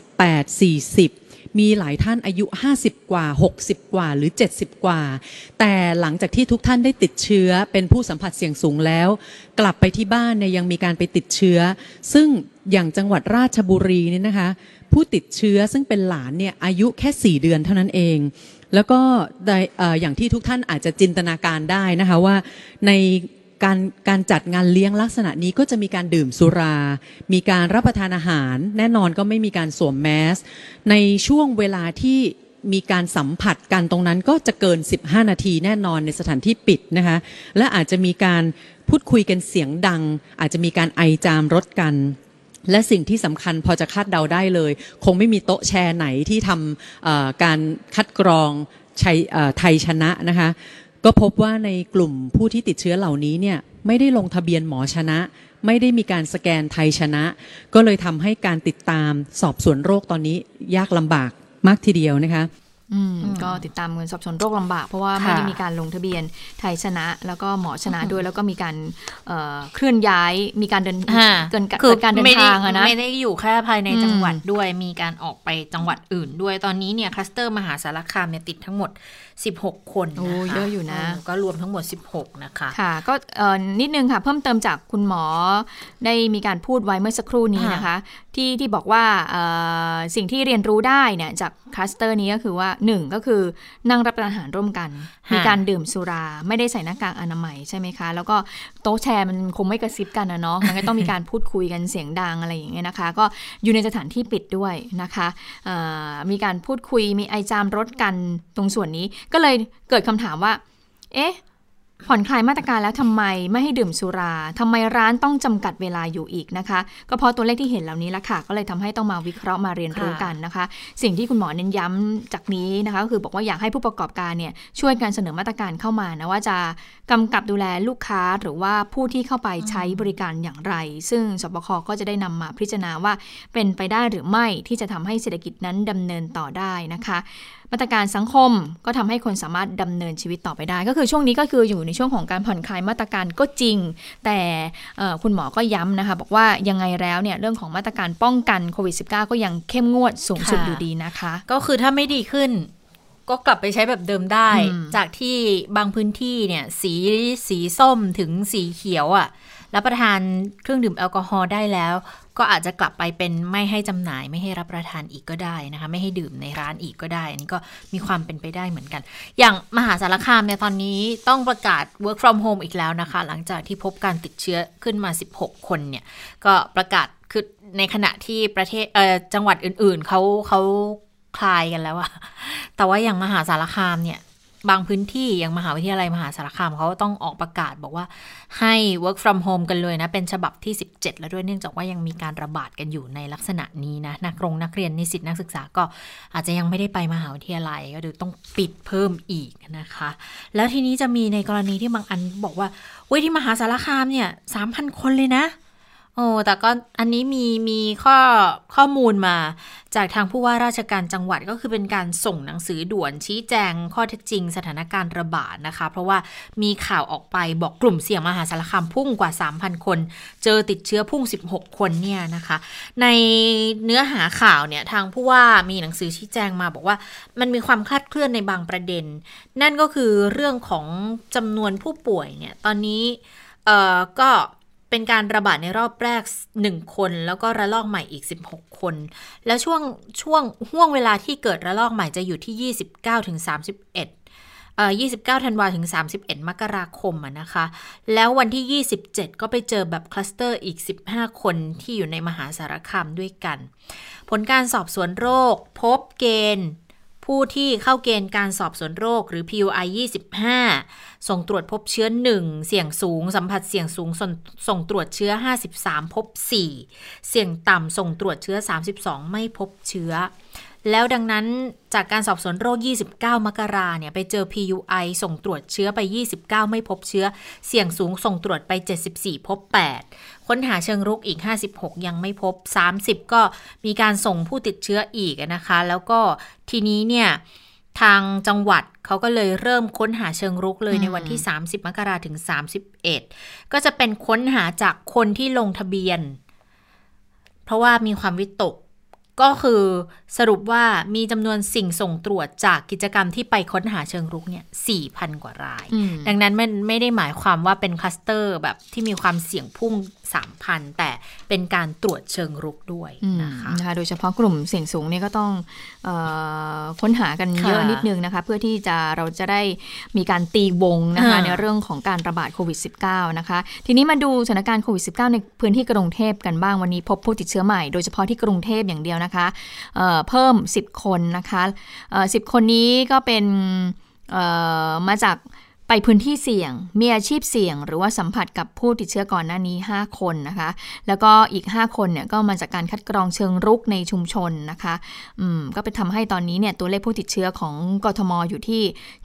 38-40มีหลายท่านอายุ50กว่า60กว่าหรือ70กว่าแต่หลังจากที่ทุกท่านได้ติดเชื้อเป็นผู้สัมผัสเสี่ยงสูงแล้วกลับไปที่บ้านเนี่ยยังมีการไปติดเชื้อซึ่งอย่างจังหวัดราชบุรีเนี่ยนะคะผู้ติดเชื้อซึ่งเป็นหลานเนี่ยอายุแค่4เดือนเท่านั้นเองแล้วก็อย่างที่ทุกท่านอาจจะจินตนาการได้นะคะว่าในการจัดงานเลี้ยงลักษณะนี้ก็จะมีการดื่มสุรามีการรับประทานอาหารแน่นอนก็ไม่มีการสวมแมสในช่วงเวลาที่มีการสัมผัสกันตรงนั้นก็จะเกิน15นาทีแน่นอนในสถานที่ปิดนะคะและอาจจะมีการพูดคุยกันเสียงดังอาจจะมีการไอจามรถกันและสิ่งที่สำคัญพอจะคาดเดาได้เลยคงไม่มีโต๊ะแชร์ไหนที่ทำการคัดกรองไทยชนะนะคะก็พบว่าในกลุ่มผู้ที่ติดเชื้อเหล่านี้เนี่ยไม่ได้ลงทะเบียนหมอชนะไม่ได้มีการสแกนไทยชนะก็เลยทำให้การติดตามสอบสวนโรคตอนนี้ยากลำบากมากทีเดียวนะคะก็ติดตามเงินสอบสวนโรคลำบากเพราะว่าไม่ได้มีการลงทะเบียนไทยชนะแล้วก็หมอชนะด้วยแล้วก็มีการเคลื่อนย้ายมีการเดินการเดินทางนะไม่ได้อยู่แค่ภายในจังหวัดด้วยมีการออกไปจังหวัดอื่นด้วยตอนนี้เนี่ยคลัสเตอร์มหาสารคามเนี่ยติดทั้งหมด16คนนะคะเยอะอยู่นะก็รวมทั้งหมด16นะคะค่ะก็นิดนึงค่ะเพิ่มเติมจากคุณหมอได้มีการพูดไว้เมื่อสักครู่นี้นะคะที่บอกว่าสิ่งที่เรียนรู้ได้เนี่ยจากคลัสเตอร์นี้ก็คือว่า1ก็คือนั่งรับประทานอาหารร่วมกันมีการดื่มสุราไม่ได้ใส่หน้ากากอนามัยใช่ไหมคะแล้วก็โต๊ะแชร์มันคงไม่กระซิบกันนะเนาะมันก็ต้องมีการพูดคุยกันเสียงดังอะไรอย่างเงี้ยนะคะก็อยู่ในสถานที่ปิดด้วยนะคะมีการพูดคุยมีไอจามรถกันตรงส่วนนี้ก็เลยเกิดคำถามว่าเอ๊ะผ่อนคลายมาตรการแล้วทำไมไม่ให้ดื่มสุราทำไมร้านต้องจำกัดเวลาอยู่อีกนะคะก็เพราะตัวเลขที่เห็นเหล่านี้ละค่ะก็เลยทำให้ต้องมาวิเคราะห์มาเรียนรู้กันนะคะสิ่งที่คุณหมอเน้นย้ำจากนี้นะคะก็คือบอกว่าอยากให้ผู้ประกอบการเนี่ยช่วยกันเสนอมาตรการเข้ามานะว่าจะกำกับดูแลลูกค้าหรือว่าผู้ที่เข้าไปใช้บริการอย่างไรซึ่งสบคก็จะได้นำมาพิจารณาว่าเป็นไปได้หรือไม่ที่จะทำให้เศรษฐกิจนั้นดำเนินต่อได้นะคะมาตรการสังคมก็ทำให้คนสามารถดำเนินชีวิตต่อไปได้ก็คือช่วงนี้ก็คืออยู่ในช่วงของการผ่อนคลายมาตรการก็จริงแต่คุณหมอก็ย้ำนะคะบอกว่ายังไงแล้วเนี่ยเรื่องของมาตรการป้องกันโควิด -19 ก็ยังเข้มงวดสูงสุดอยู่ดีนะคะก็คือถ้าไม่ดีขึ้นก็กลับไปใช้แบบเดิมได้จากที่บางพื้นที่เนี่ยสีส้มถึงสีเขียวอ่ะรับประทานเครื่องดื่มแอลกอฮอล์ได้แล้วก็อาจจะกลับไปเป็นไม่ให้จำหน่ายไม่ให้รับประทานอีกก็ได้นะคะไม่ให้ดื่มในร้านอีกก็ได้อันนี้ก็มีความเป็นไปได้เหมือนกันอย่างมหาสารคามเนี่ยตอนนี้ต้องประกาศ work from home อีกแล้วนะคะหลังจากที่พบการติดเชื้อขึ้นมา16คนเนี่ยก็ประกาศคือในขณะที่ประเทศจังหวัดอื่นๆเขาคลายกันแล้วอะแต่ว่าอย่างมหาสารคามเนี่ยบางพื้นที่อย่างมหาวิทยาลัยมหาสารคามเขาต้องออกประกาศบอกว่าให้ work from home กันเลยนะเป็นฉบับที่17แล้วด้วยเนื่องจากว่ายังมีการระบาดกันอยู่ในลักษณะนี้นะนักเรียนนิสิตนักศึกษาก็อาจจะยังไม่ได้ไปมหาวิทยาลัยก็เดี๋ยวต้องปิดเพิ่มอีกนะคะแล้วทีนี้จะมีในกรณีที่บางอันบอกว่าเว้ยที่มหาสารคามเนี่ย 3,000 คนเลยนะโอ้แต่ก็อันนี้มีข้อมูลมาจากทางผู้ว่าราชการจังหวัดก็คือเป็นการส่งหนังสือด่วนชี้แจงข้อเท็จจริงสถานการณ์ระบาดนะคะเพราะว่ามีข่าวออกไปบอกกลุ่มเสี่ยงมหาสารคามพุ่งกว่า 3,000 คนเจอติดเชื้อพุ่ง16คนเนี่ยนะคะในเนื้อหาข่าวเนี่ยทางผู้ว่ามีหนังสือชี้แจงมาบอกว่ามันมีความคลาดเคลื่อนในบางประเด็นนั่นก็คือเรื่องของจำนวนผู้ป่วยเนี่ยตอนนี้ก็เป็นการระบาดในรอบแรก1คนแล้วก็ระลอกใหม่อีก16คนแล้วช่วงห่วงเวลาที่เกิดระลอกใหม่จะอยู่ที่29ถึง31 29ธันวาถึง31มกราคมนะคะแล้ววันที่27ก็ไปเจอแบบคลัสเตอร์อีก15คนที่อยู่ในมหาสารคามด้วยกันผลการสอบสวนโรคพบเกณฑ์ผู้ที่เข้าเกณฑ์การสอบสวนโรคหรือ PUI 25ส่งตรวจพบเชื้อ1เสี่ยงสูงสัมผัสเสี่ยงสูงส่งตรวจเชื้อ53พบ4เสี่ยงต่ำส่งตรวจเชื้อ32ไม่พบเชื้อแล้วดังนั้นจากการสอบสวนโรค29มกราเนี่ยไปเจอ PUI ส่งตรวจเชื้อไป29ไม่พบเชื้อเสี่ยงสูงส่งตรวจไป74พบ8ค้นหาเชิงรุกอีก56ยังไม่พบ30ก็มีการส่งผู้ติดเชื้ออีกนะคะแล้วก็ทีนี้เนี่ยทางจังหวัดเขาก็เลยเริ่มค้นหาเชิงรุกเลยในวันที่30มกราถึง31ก็จะเป็นค้นหาจากคนที่ลงทะเบียนเพราะว่ามีความวิตกก็คือสรุปว่ามีจำนวนสิ่งส่งตรวจจากกิจกรรมที่ไปค้นหาเชิงรุกเนี่ย 4,000 กว่ารายดังนั้นไม่ได้หมายความว่าเป็นคลัสเตอร์แบบที่มีความเสี่ยงพุ่ง 3,000 แต่เป็นการตรวจเชิงรุกด้วยนะคะโดยเฉพาะกลุ่มเสี่ยงสูงนี่ก็ต้องค้นหากันเยอะนิดนึงนะคะเพื่อที่เราจะได้มีการตีวงนะคะในเรื่องของการระบาดโควิด -19 นะคะทีนี้มาดูสถานการณ์โควิด -19 ในพื้นที่กรุงเทพกันบ้างวันนี้พบผู้ติดเชื้อใหม่โดยเฉพาะที่กรุงเทพอย่างเดียวนะคะเพิ่ม10คนนะคะ10คนนี้ก็เป็นมาจากไปพื้นที่เสี่ยงมีอาชีพเสี่ยงหรือว่าสัมผัสกับผู้ติดเชื้อก่อนหน้านี้5คนนะคะแล้วก็อีก5คนเนี่ยก็มาจากการคัดกรองเชิงรุกในชุมชนนะคะก็ไปทำให้ตอนนี้เนี่ยตัวเลขผู้ติดเชื้อของกทมอยู่ที่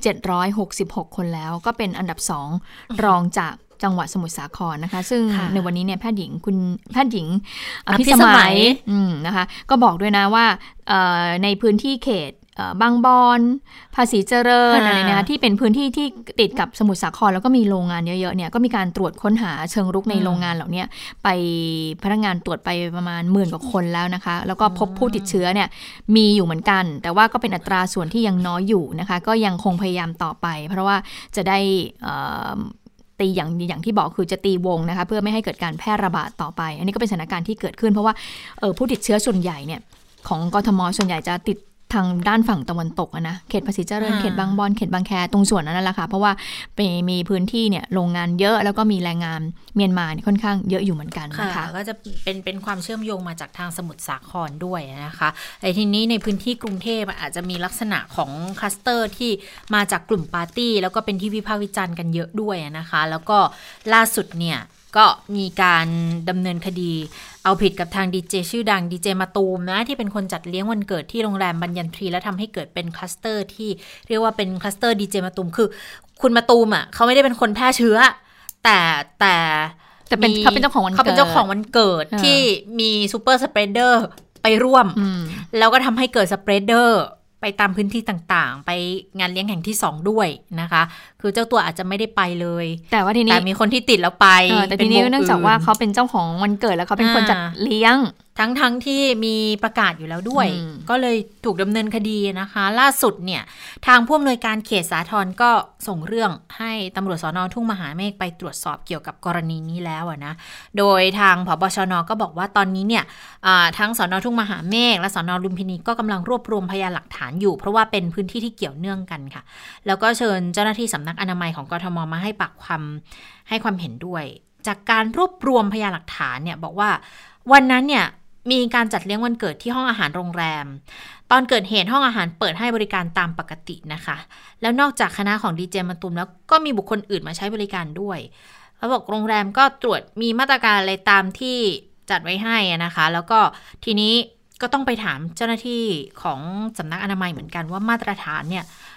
766คนแล้วก็เป็นอันดับ2รองจากจังหวัดสมุทรสาครนะคะซึ่งในวันนี้เนี่ยแพทย์หญิงอภิสมัยนะคะก็บอกด้วยนะว่าในพื้นที่เขตบางบอนภาษีเจริญอะไรนะคะที่เป็นพื้นที่ที่ติดกับสมุทรสาครแล้วก็มีโรงงานเยอะๆเนี่ยก็มีการตรวจค้นหาเชิงรุกในโรงงานเหล่านี้ไปพนักงานตรวจไปประมาณ10,000 กว่าคนแล้วนะคะแล้วก็พบผู้ติดเชื้อเนี่ยมีอยู่เหมือนกันแต่ว่าก็เป็นอัตราส่วนที่ยังน้อยอยู่นะคะก็ยังคงพยายามต่อไปเพราะว่าจะได้ตีอย่างที่บอกคือจะตีวงนะคะเพื่อไม่ให้เกิดการแพร่ระบาดต่อไปอันนี้ก็เป็นสถานการณ์ที่เกิดขึ้นเพราะว่าผู้ติดเชื้อส่วนใหญ่เนี่ยของกทมส่วนใหญ่จะติดทางด้านฝั่งตะวันตกนะเขตภาษีเจริญเขตบางบอนเขตบางแคตรงส่วนนั้นแหละค่ะเพราะว่ามีพื้นที่เนี่ยโรงงานเยอะแล้วก็มีแรงงานเมียนมาค่อนข้างเยอะอยู่เหมือนกันนะคะก็จะเป็นความเชื่อมโยงมาจากทางสมุทรสาครด้วยนะคะแต่ทีนี้ในพื้นที่กรุงเทพอาจจะมีลักษณะของคลัสเตอร์ที่มาจากกลุ่มปาร์ตี้แล้วก็เป็นที่วิพากษ์วิจารณ์กันเยอะด้วยนะคะแล้วก็ล่าสุดเนี่ยก็มีการดำเนินคดีเอาผิดกับทางดีเจชื่อดังดีเจมาตูมนะที่เป็นคนจัดเลี้ยงวันเกิดที่โรงแรมบรรยันทรีแล้วทำให้เกิดเป็นคลัสเตอร์ที่เรียกว่าเป็นคลัสเตอร์ดีเจมาตูมคือคุณมาตูมเขาไม่ได้เป็นคนแพร่เชื้อแต่เขาเป็นเจ้าของวันเกิดที่มีซูเปอร์สเปรดเดอร์ไปร่วมแล้วก็ทำให้เกิดสเปรดเดอร์ไปตามพื้นที่ต่างๆไปงานเลี้ยงแห่งที่2ด้วยนะคะคือเจ้าตัวอาจจะไม่ได้ไปเลยแต่ว่าทีนี้มีคนที่ติดแล้วไปแต่ทีนี้เนื่องจากว่าเขาเป็นเจ้าของวันเกิดแล้วเขาเป็นคนจัดเลี้ยงทั้งที่มีประกาศอยู่แล้วด้วยก็เลยถูกดำเนินคดีนะคะล่าสุดเนี่ยทางผู้อำนวยการเขตสาทรก็ส่งเรื่องให้ตำรวจสน.ทุ่งมหาเมฆไปตรวจสอบเกี่ยวกับกรณีนี้แล้วนะโดยทางผบ.ชน.ก็บอกว่าตอนนี้เนี่ยทั้งสน.ทุ่งมหาเมฆและสน.ลุมพินีก็กำลังรวบรวมพยานหลักฐานอยู่เพราะว่าเป็นพื้นที่ที่เกี่ยวเนื่องกันค่ะแล้วก็เชิญเจ้าหน้าที่สำนักอนามัยของกทม.มาให้ความเห็นด้วยจากการรวบรวมพยานหลักฐานเนี่ยบอกว่าวันนั้นเนี่ยมีการจัดเลี้ยงวันเกิดที่ห้องอาหารโรงแรมตอนเกิดเหตุห้องอาหารเปิดให้บริการตามปกตินะคะแล้วนอกจากคณะของดีเจมาตูมแล้วก็มีบุคคลอื่นมาใช้บริการด้วยเขาบอกโรงแรมก็ตรวจมีมาตรการอะไรตามที่จัดไว้ให้นะคะแล้วก็ทีนี้ก็ต้องไปถามเจ้าหน้าที่ของสำนักอนามัยเหมือนกันว่ามาตรฐานเนี่ย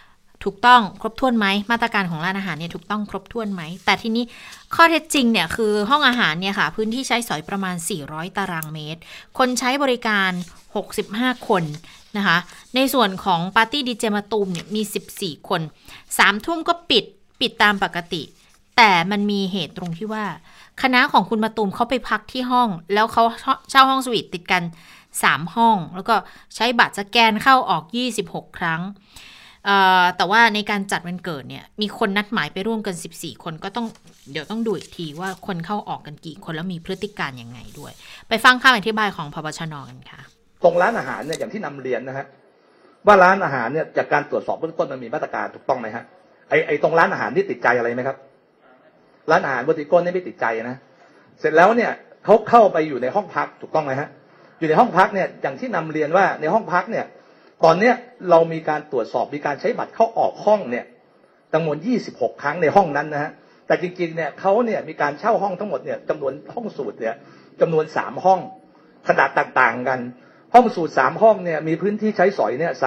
ถูกต้องครบถ้วนไหมมาตรการของร้านอาหารเนี่ยถูกต้องครบถ้วนไหมแต่ทีนี้ข้อเท็จจริงเนี่ยคือห้องอาหารเนี่ยค่ะพื้นที่ใช้สอยประมาณ400ตารางเมตรคนใช้บริการ65คนนะคะในส่วนของปาร์ตี้ดีเจมะตูมเนี่ยมี14คน3 ทุ่มก็ปิดตามปกติแต่มันมีเหตุตรงที่ว่าคณะของคุณมะตูมเขาไปพักที่ห้องแล้วเขาเช่าห้องสวีทติดกัน3ห้องแล้วก็ใช้บัตรสแกนเข้าออก26ครั้งแต่ว่าในการจัดวันเกิดเนี่ยมีคนนัดหมายไปร่วมกัน14คนก็เดี๋ยวต้องดูอีกทีว่าคนเข้าออกกันกี่คนแล้วมีพฤติการยังไงด้วยไปฟังคำอธิบายของพบชน.กันค่ะตรงร้านอาหารเนี่ยอย่างที่นำเรียนนะฮะว่าร้านอาหารเนี่ยจากการตรวจสอบเบื้องต้นมันมีมาตรการถูกต้องไหมฮะไอตรงร้านอาหารนี่ติดใจอะไรไหมครับร้านอาหารเวอร์ติโก้นี่ไม่ติดใจนะเสร็จแล้วเนี่ยเขาเข้าไปอยู่ในห้องพักถูกต้องไหมฮะอยู่ในห้องพักเนี่ยอย่างที่นำเรียนว่าในห้องพักเนี่ยตอนนี้เรามีการตรวจสอบมีการใช้บัตรเข้าออกห้องเนี่ยจำนวน26ครั้งในห้องนั้นนะฮะแต่จริงๆเนี่ยเขาเนี่ยมีการเช่าห้องทั้งหมดเนี่ยจำนวนห้องสูตรเนี่ยจำนวน3ห้องขนาดต่างๆกันห้องสูตร3ห้องเนี่ยมีพื้นที่ใช้สอยเนี่ย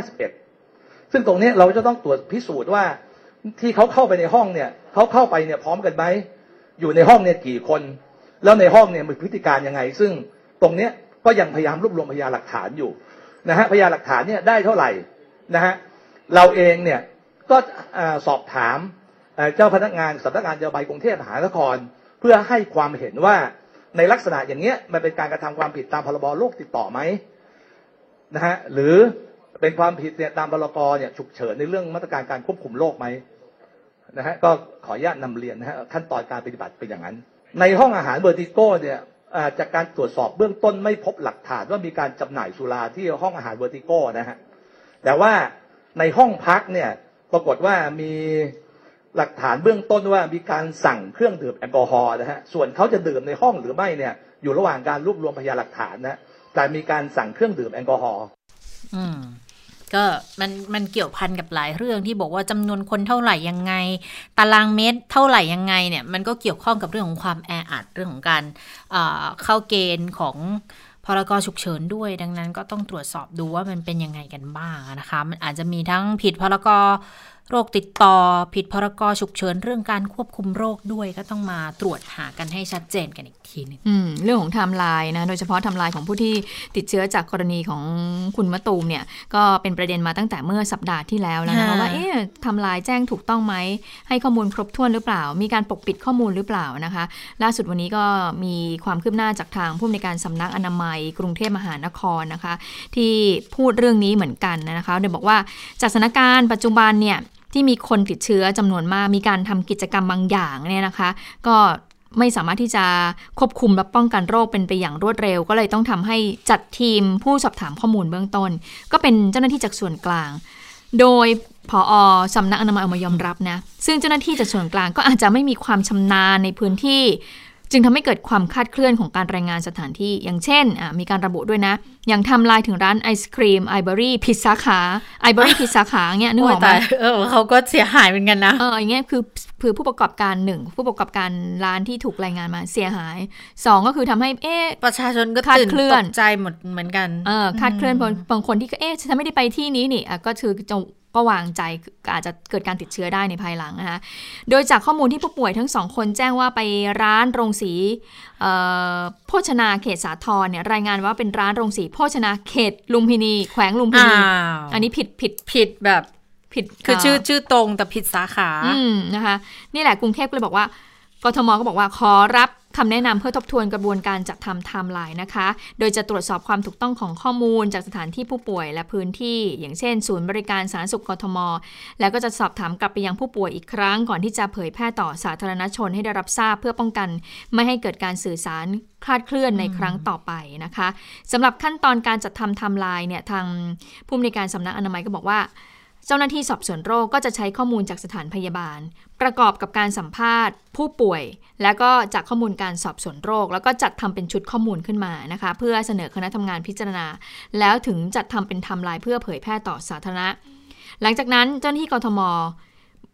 351ซึ่งตรงนี้เราจะต้องตรวจพิสูจน์ว่าที่เขาเข้าไปในห้องเนี่ยเขาเข้าไปเนี่ยพร้อมกันไหมอยู่ในห้องเนี่ยกี่คนแล้วในห้องเนี่ยมีพฤติการยังไงซึ่งตรงเนี้ยก็ยังพยายามรวบรวมพยานหลักฐานอยู่นะฮะพยานหลักฐานเนี่ยได้เท่าไหร่นะฮะเราเองเนี่ยก็สอบถามเจ้าพนักงานสำนักงานนโยบายกรุงเทพมหานครเพื่อให้ความเห็นว่าในลักษณะอย่างเงี้ยมันเป็นการกระทำความผิดตามพรบโรคติดต่อไหมนะฮะหรือเป็นความผิดเนี่ยตามพรกเนี่ยฉุกเฉินในเรื่องมาตรการการควบคุมโรคไหมนะฮะก็ขออนุญาตนำเรียนนะฮะขั้นตอนการปฏิบัติเป็นอย่างนั้นในห้องอาหารเวอร์ติโก้เนี่ยจากการตรวจสอบเบื้องต้นไม่พบหลักฐานว่ามีการจำหน่ายสุราที่ห้องอาหารเวอร์ติโก้นะฮะแต่ว่าในห้องพักเนี่ยปรากฏว่ามีหลักฐานเบื้องต้นว่ามีการสั่งเครื่องดื่มแอลกอฮอล์นะฮะส่วนเขาจะดื่มในห้องหรือไม่เนี่ยอยู่ระหว่างการรวบรวมพยานหลักฐานนะแต่มีการสั่งเครื่องดื่มแอลกอฮอล์ก็มันเกี่ยวพันกับหลายเรื่องที่บอกว่าจำนวนคนเท่าไหร่ยังไงตารางเมตรเท่าไหร่ยังไงเนี่ยมันก็เกี่ยวข้องกับเรื่องของความแออัดเรื่องของการเข้าเกณฑ์ของพรก.ฉุกเฉินด้วยดังนั้นก็ต้องตรวจสอบดูว่ามันเป็นยังไงกันบ้างนะคะมันอาจจะมีทั้งผิดพรก.โรคติดต่อผิดพรก.ฉุกเฉินเรื่องการควบคุมโรคด้วยก็ต้องมาตรวจหากันให้ชัดเจนกันอีกทีนึงเรื่องของไทม์ไลน์นะโดยเฉพาะไทม์ไลน์ของผู้ที่ติดเชื้อจากกรณีของคุณมะตูมเนี่ยก็เป็นประเด็นมาตั้งแต่เมื่อสัปดาห์ที่แล้วนะคะว่าไทม์ไลน์แจ้งถูกต้องไหมให้ข้อมูลครบถ้วนหรือเปล่ามีการปกปิดข้อมูลหรือเปล่านะคะล่าสุดวันนี้ก็มีความคืบหน้าจากทางผู้อำนวยการสำนักอนามัยกรุงเทพมหานครนะคะที่พูดเรื่องนี้เหมือนกันนะคะโดยบอกว่าจากสถานการณ์ปัจจุบันเนี่ยที่มีคนติดเชื้อจำนวนมากมีการทำกิจกรรมบางอย่างเนี่ยนะคะก็ไม่สามารถที่จะควบคุมและป้องกันโรคเป็นไปอย่างรวดเร็วก็เลยต้องทำให้จัดทีมผู้สอบถามข้อมูลเบื้องต้นก็เป็นเจ้าหน้าที่จากส่วนกลางโดยผอ.สำนักอนามัยออกมายอมรับนะซึ่งเจ้าหน้าที่จากส่วนกลางก็อาจจะไม่มีความชำนาญในพื้นที่จึงทำให้เกิดความคลาดเคลื่อนของการรายงานสถานที่อย่างเช่นมีการระบุด้วยนะอย่างทำลายถึงร้านไอศครีมไอเบอรี่ผิดสาขาไอเบอรี่ผิดสาขาเงี้ยนึกออกไหมเขาก็เสียหายเหมือนกันนะอย่างเงี้ยคือผู้ประกอบการ1ผู้ประกอบการร้านที่ถูกรายงานมาเสียหาย2ก็คือทำให้ประชาชนก็ตื่นตกใจหมดเหมือนกันคลาดเคลื่อนบางคนที่ฉันไม่ได้ไปที่นี้นี่ก็คือก็วางใจอาจจะเกิดการติดเชื้อได้ในภายหลังนะคะโดยจากข้อมูลที่ผู้ป่วยทั้ง2คนแจ้งว่าไปร้านโรงสีโภชนาเขตสาทรเนี่ยรายงานว่าเป็นร้านโรงสีโภชนาเขตลุมพินีแขวงลุมพินีอันนี้ผิดแบบผิดคือชื่อตรงแต่ผิดสาขานะคะนี่แหละกรุงเทพก็เลยบอกว่ากทมก็บอกว่าขอรับคำแนะนำเพื่อทบทวนกระบวนการจัดทำไทม์ไลน์นะคะโดยจะตรวจสอบความถูกต้องของข้อมูลจากสถานที่ผู้ป่วยและพื้นที่อย่างเช่นศูนย์บริการสาธารณสุขกทมแล้วก็จะสอบถามกลับไปยังผู้ป่วยอีกครั้งก่อนที่จะเผยแพร่ต่อสาธารณชนให้ได้รับทราบเพื่อป้องกันไม่ให้เกิดการสื่อสารคลาดเคลื่อนในครั้งต่อไปนะคะสำหรับขั้นตอนการจัดทำไทม์ไลน์เนี่ยทางผู้อำนวยการสำนักอนามัยก็บอกว่าเจ้าหน้าที่สอบสวนโรคก็จะใช้ข้อมูลจากสถานพยาบาลประกอบกับการสัมภาษณ์ผู้ป่วยแล้วก็จากข้อมูลการสอบสวนโรคแล้วก็จัดทำเป็นชุดข้อมูลขึ้นมานะคะเพื่อเสนอคณะทำงานพิจารณาแล้วถึงจัดทำเป็นไทม์ไลน์เพื่อเผยแพร่ต่อสาธารณะหลังจากนั้นเจ้าหน้าที่กทม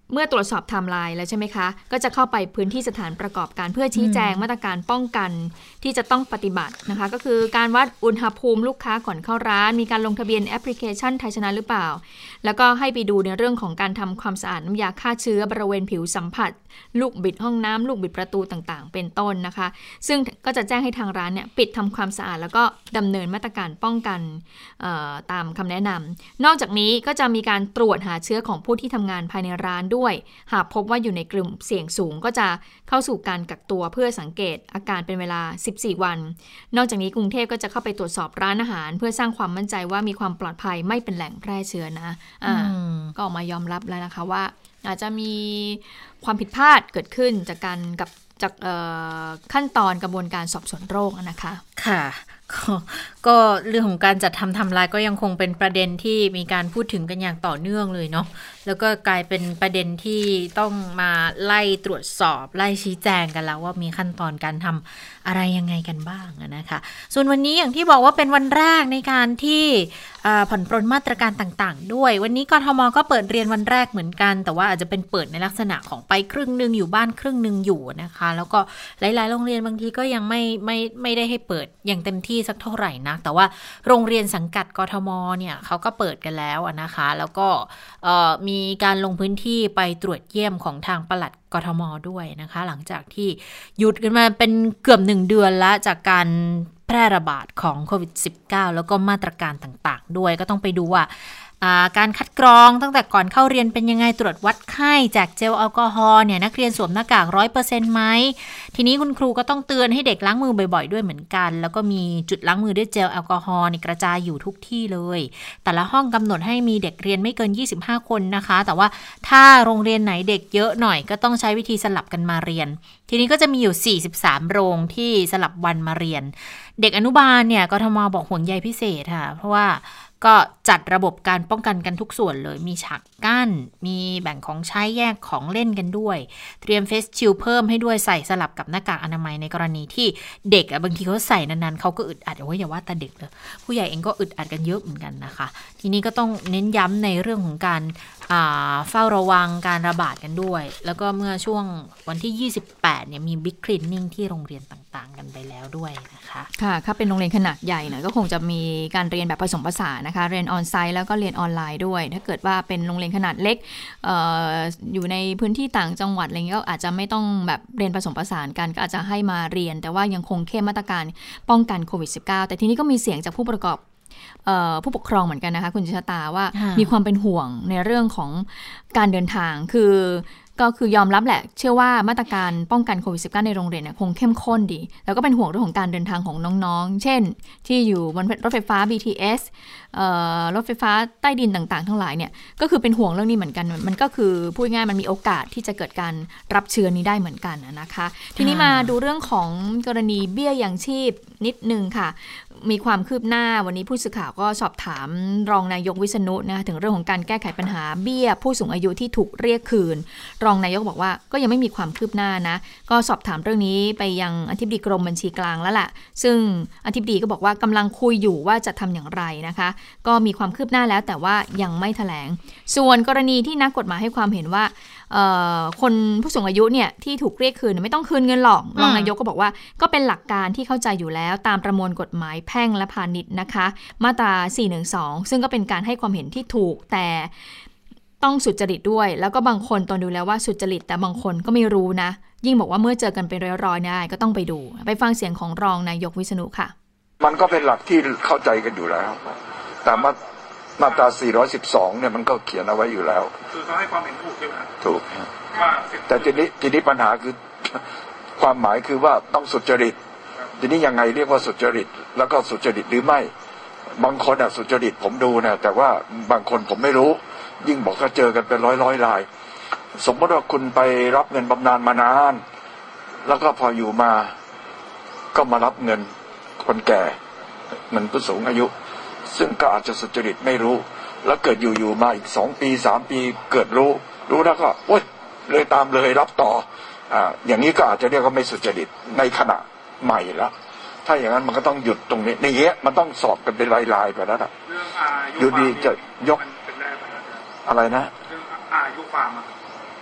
เมื่อตรวจสอบไทม์ไลน์แล้วใช่ไหมคะก็จะเข้าไปพื้นที่สถานประกอบการเพื่อชี้แจงมาตรการป้องกันที่จะต้องปฏิบัตินะคะก็คือการวัดอุณหภูมิลูกค้าก่อนเข้าร้านมีการลงทะเบียนแอปพลิเคชันไทยชนะหรือเปล่าแล้วก็ให้ไปดูในเรื่องของการทำความสะอาดน้ำยาฆ่าเชื้อบริเวณผิวสัมผัสลูกบิดห้องน้ำลูกบิดประตูต่างๆเป็นต้นนะคะซึ่งก็จะแจ้งให้ทางร้านเนี่ยปิดทำความสะอาดแล้วก็ดำเนินมาตรการป้องกันตามคำแนะนำนอกจากนี้ก็จะมีการตรวจหาเชื้อของผู้ที่ทำงานภายในร้านด้วยหากพบว่าอยู่ในกลุ่มเสี่ยงสูงก็จะเข้าสู่การกักตัวเพื่อสังเกตอาการเป็นเวลา14วันนอกจากนี้กรุงเทพก็จะเข้าไปตรวจสอบร้านอาหารเพื่อสร้างความมั่นใจว่ามีความปลอดภัยไม่เป็นแหล่งแพร่เชื้อนะก็ออกมายอมรับแล้วนะคะว่าอาจจะมีความผิดพลาดเกิดขึ้นจากขั้นตอนกระบวนการสอบสวนโรคนะคะค่ะก็เรื่องของการจัดทำไทม์ไลน์ก็ยังคงเป็นประเด็นที่มีการพูดถึงกันอย่างต่อเนื่องเลยเนาะแล้วก็กลายเป็นประเด็นที่ต้องมาไล่ตรวจสอบไล่ชี้แจงกันแล้วว่ามีขั้นตอนการทำอะไรยังไงกันบ้างนะคะส่วนวันนี้อย่างที่บอกว่าเป็นวันแรกในการที่ผ่อนปรนมาตรการต่างๆด้วยวันนี้กทม.ก็เปิดเรียนวันแรกเหมือนกันแต่ว่าอาจจะเป็นเปิดในลักษณะของไปครึ่งนึงอยู่บ้านครึ่งนึงอยู่นะคะแล้วก็หลายๆโรงเรียนบางทีก็ยังไม่ได้ให้เปิดอย่างเต็มที่สักเท่าไหร่นะแต่ว่าโรงเรียนสังกัดกทม.เนี่ยเขาก็เปิดกันแล้วนะคะแล้วก็มีการลงพื้นที่ไปตรวจเยี่ยมของทางปลัดกทม.ด้วยนะคะหลังจากที่หยุดกันมาเป็นเกือบ1 เดือนแล้วจากการแพร่ระบาดของโควิด -19 แล้วก็มาตรการต่างๆด้วยก็ต้องไปดูว่าการคัดกรองตั้งแต่ก่อนเข้าเรียนเป็นยังไงตรวจวัดไข้แจกเจลแอลกอฮอล์เนี่ยนักเรียนสวมหน้ากาก 100% ไหมทีนี้คุณครูก็ต้องเตือนให้เด็กล้างมือบ่อยๆด้วยเหมือนกันแล้วก็มีจุดล้างมือด้วยเจลแอลกอฮอล์กระจายอยู่ทุกที่เลยแต่ละห้องกำหนดให้มีเด็กเรียนไม่เกิน25 คนนะคะแต่ว่าถ้าโรงเรียนไหนเด็กเยอะหน่อยก็ต้องใช้วิธีสลับกันมาเรียนทีนี้ก็จะมีอยู่43โรงที่สลับวันมาเรียนเด็กอนุบาลเนี่ยกทม.บอกห่วงใยพิเศษค่ะเพราะว่าก็จัดระบบการป้องกันกันทุกส่วนเลยมีฉากกั้นมีแบ่งของใช้แยกของเล่นกันด้วยเตรียมเฟสชิลเพิ่มให้ด้วยใส่สลับกับหน้ากากอนามัยในกรณีที่เด็กบางทีเขาใส่นานๆเขาก็อึดอัดอย่าว่าแต่เด็กเลยผู้ใหญ่เองก็อึดอัดกันเยอะเหมือนกันนะคะทีนี้ก็ต้องเน้นย้ำในเรื่องของการเฝ้าระวังการระบาดกันด้วยแล้วก็เมื่อช่วงวันที่28เนี่ยมีบิ๊กคลีนนิ่งที่โรงเรียนต่างๆกันไปแล้วด้วยนะคะค่ะถ้าเป็นโรงเรียนขนาดใหญ่หน่อยก็คงจะมีการเรียนแบบผสมผสานนะคะเรียนออนไซต์แล้วก็เรียนออนไลน์ด้วยถ้าเกิดว่าเป็นโรงเรียนขนาดเล็ก อยู่ในพื้นที่ต่างจังหวัดอะไรเงี้ยก็อาจจะไม่ต้องแบบเรียนผสมผสานกันก็อาจจะให้มาเรียนแต่ว่ายังคงเข้มมาตรการป้องกันโควิด -19 แต่ทีนี้ก็มีเสียงจากผู้ปกครองเหมือนกันนะคะคุณจิชตาว่ามีความเป็นห่วงในเรื่องของการเดินทางก็คือยอมรับแหละเชื่อว่ามาตรการป้องกันโควิด -19 ในโรงเรียนเนี่ยคงเข้มข้นดีแล้วก็เป็นห่วงเรื่องของการเดินทางของน้องๆเช่นที่อยู่บนรถไฟฟ้า BTS รถไฟฟ้าใต้ดินต่างๆทั้งหลายเนี่ยก็คือเป็นห่วงเรื่องนี้เหมือนกันมันก็คือพูดง่ายมันมีโอกาสที่จะเกิดการรับเชื้อนี้ได้เหมือนกันนะคะทีนี้มาดูเรื่องของกรณีเบี้ยยังชีพนิดนึงค่ะมีความคืบหน้าวันนี้ผู้สื่อข่าวก็สอบถามรองนายกวิษณุนะถึงเรื่องของการแก้ไขปัญหาเบี้ยผู้สูงอายุที่ถูกเรียกคืนรองนายกบอกว่าก็ยังไม่มีความคืบหน้านะก็สอบถามเรื่องนี้ไปยังอธิบดีกรมบัญชีกลางแล้วล่ะซึ่งอธิบดีก็บอกว่ากำลังคุยอยู่ว่าจะทำอย่างไรนะคะก็มีความคืบหน้าแล้วแต่ว่ายังไม่แถลงส่วนกรณีที่นักกฎหมายให้ความเห็นว่าคนผู้สูงอายุเนี่ยที่ถูกเรียกคืนไม่ต้องคืนเงินหรอกรองนายกก็บอกว่าก็เป็นหลักการที่เข้าใจอยู่แล้วตามประมวลกฎหมายแพ่งและพาณิชย์นะคะมาตรา412ซึ่งก็เป็นการให้ความเห็นที่ถูกแต่ต้องสุจริตด้วยแล้วก็บางคนตอนดูแล้วว่าสุจริตแต่บางคนก็ไม่รู้นะยิ่งบอกว่าเมื่อเจอกันเป็นร้อยๆได้ก็ต้องไปดูไปฟังเสียงของรองนายกวิษณุค่ะมันก็เป็นหลักที่เข้าใจกันอยู่แล้วแต่มาตรา412เนี่ยมันก็เขียนเอาไว้อยู่แล้วคือเขาให้ความเห็นถูกใช่ไหมถูกแต่ทีนี้ปัญหาคือความหมายคือว่าต้องสุจริตทีนี้ยังไงเรียกว่าสุจริตแล้วก็สุจริตหรือไม่บางคนสุจริตผมดูนะแต่ว่าบางคนผมไม่รู้ยิ่งบอกก็เจอกันเป็นร้อยรายสมมติว่าคุณไปรับเงินบำนาญมานานแล้วก็พออยู่มาก็มารับเงินคนแก่เงินผู้สูงอายุซึ่งก็อาจจะสุจริตไม่รู้แล้วเกิดอยู่มาอีก2 ปี3 ปีเกิดรู้แล้วก็โอ๊ยเลยตามเลยรับต่ออย่างนี้ก็อาจจะเรียกว่าไม่สุจริตในขณะใหม่แล้วถ้าอย่างนั้นมันก็ต้องหยุดตรงนี้ในเงี้ยมันต้องสอบกันเป็นรายๆไปแล้วนะอยู่ดีจะยกอะไรนะเรื่องอายุความ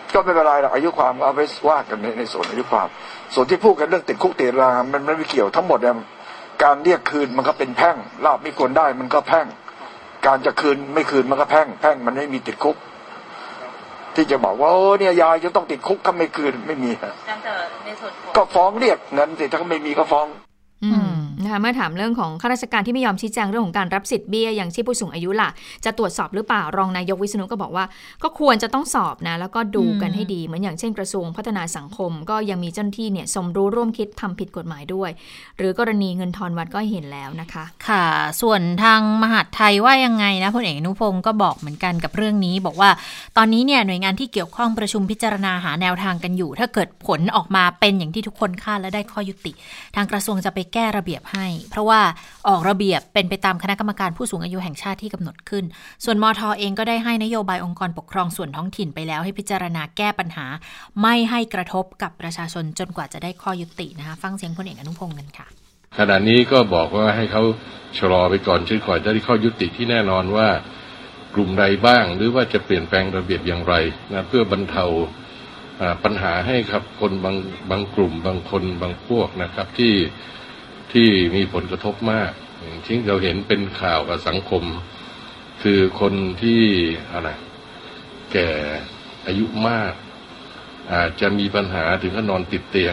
ก็ไม่เป็นไรหรอกอายุความเอาไปว่ากันในส่วนอายุความส่วนที่พูดกันเรื่องติดคุกติดตารางมันไม่เกี่ยวทั้งหมดเนี่ยการเรียกคืนมันก็เป็นแพ่งลาบไม่ควรได้มันก็แพ่งการจะคืนไม่คืนมันก็แพ่งมันไม่มีติดคุกที่จะบอกว่าเนี่ยยายจะต้องติดคุกถ้าไม่คืนไม่มีก็ฟ้องเรียกนั้นสิถ้าไม่มีก็ฟ้องนะคะเมื่อถามเรื่องของข้าราชการที่ไม่ยอมชี้แจงเรื่องของการรับสิทธิ์เบี้ยอย่างชีพผู้สูงอายุล่ะจะตรวจสอบหรือเปล่ารองนายกวิษณุก็บอกว่าก็ควรจะต้องสอบนะแล้วก็ดูกันให้ดีเหมือนอย่างเช่นกระทรวงพัฒนาสังคมก็ยังมีเจ้าหน้าที่เนี่ยสมรู้ร่วมคิดทำผิดกฎหมายด้วยหรือกรณีเงินทอนวัดก็เห็นแล้วนะคะค่ะส่วนทางมหาดไทยว่ายังไงนะพลเอกอนุพงศ์ก็บอกเหมือนกันกับเรื่องนี้บอกว่าตอนนี้เนี่ยหน่วยงานที่เกี่ยวข้องประชุมพิจารณาหาแนวทางกันอยู่ถ้าเกิดผลออกมาเป็นอย่างที่ทุกคนคาดและได้ข้อยุติทางกระทรวงจะไปแก้ระเบียบให้เพราะว่าออกระเบียบเป็นไปตามคณะกรรมการผู้สูงอายุแห่งชาติที่กำหนดขึ้นส่วนมท.เองก็ได้ให้นโยบายองค์กรปกครองส่วนท้องถิ่นไปแล้วให้พิจารณาแก้ปัญหาไม่ให้กระทบกับประชาชนจนกว่าจะได้ข้อยุตินะคะฟังเสียงพลเอกอนุพงศ์กันค่ะขณะนี้ก็บอกว่าให้เขาชะลอไปก่อนจนกว่าจะได้ข้อยุติที่แน่นอนว่ากลุ่มใดบ้างหรือว่าจะเปลี่ยนแปลงระเบียบอย่างไรนะเพื่อบรรเทาปัญหาให้ครับคนบางกลุ่มบางคนบางพวกนะครับที่มีผลกระทบมากอย่างที่เราเห็นเป็นข่าวกับสังคมคือคนที่แก่อายุมากอาจจะมีปัญหาถึงกับนอนติดเตียง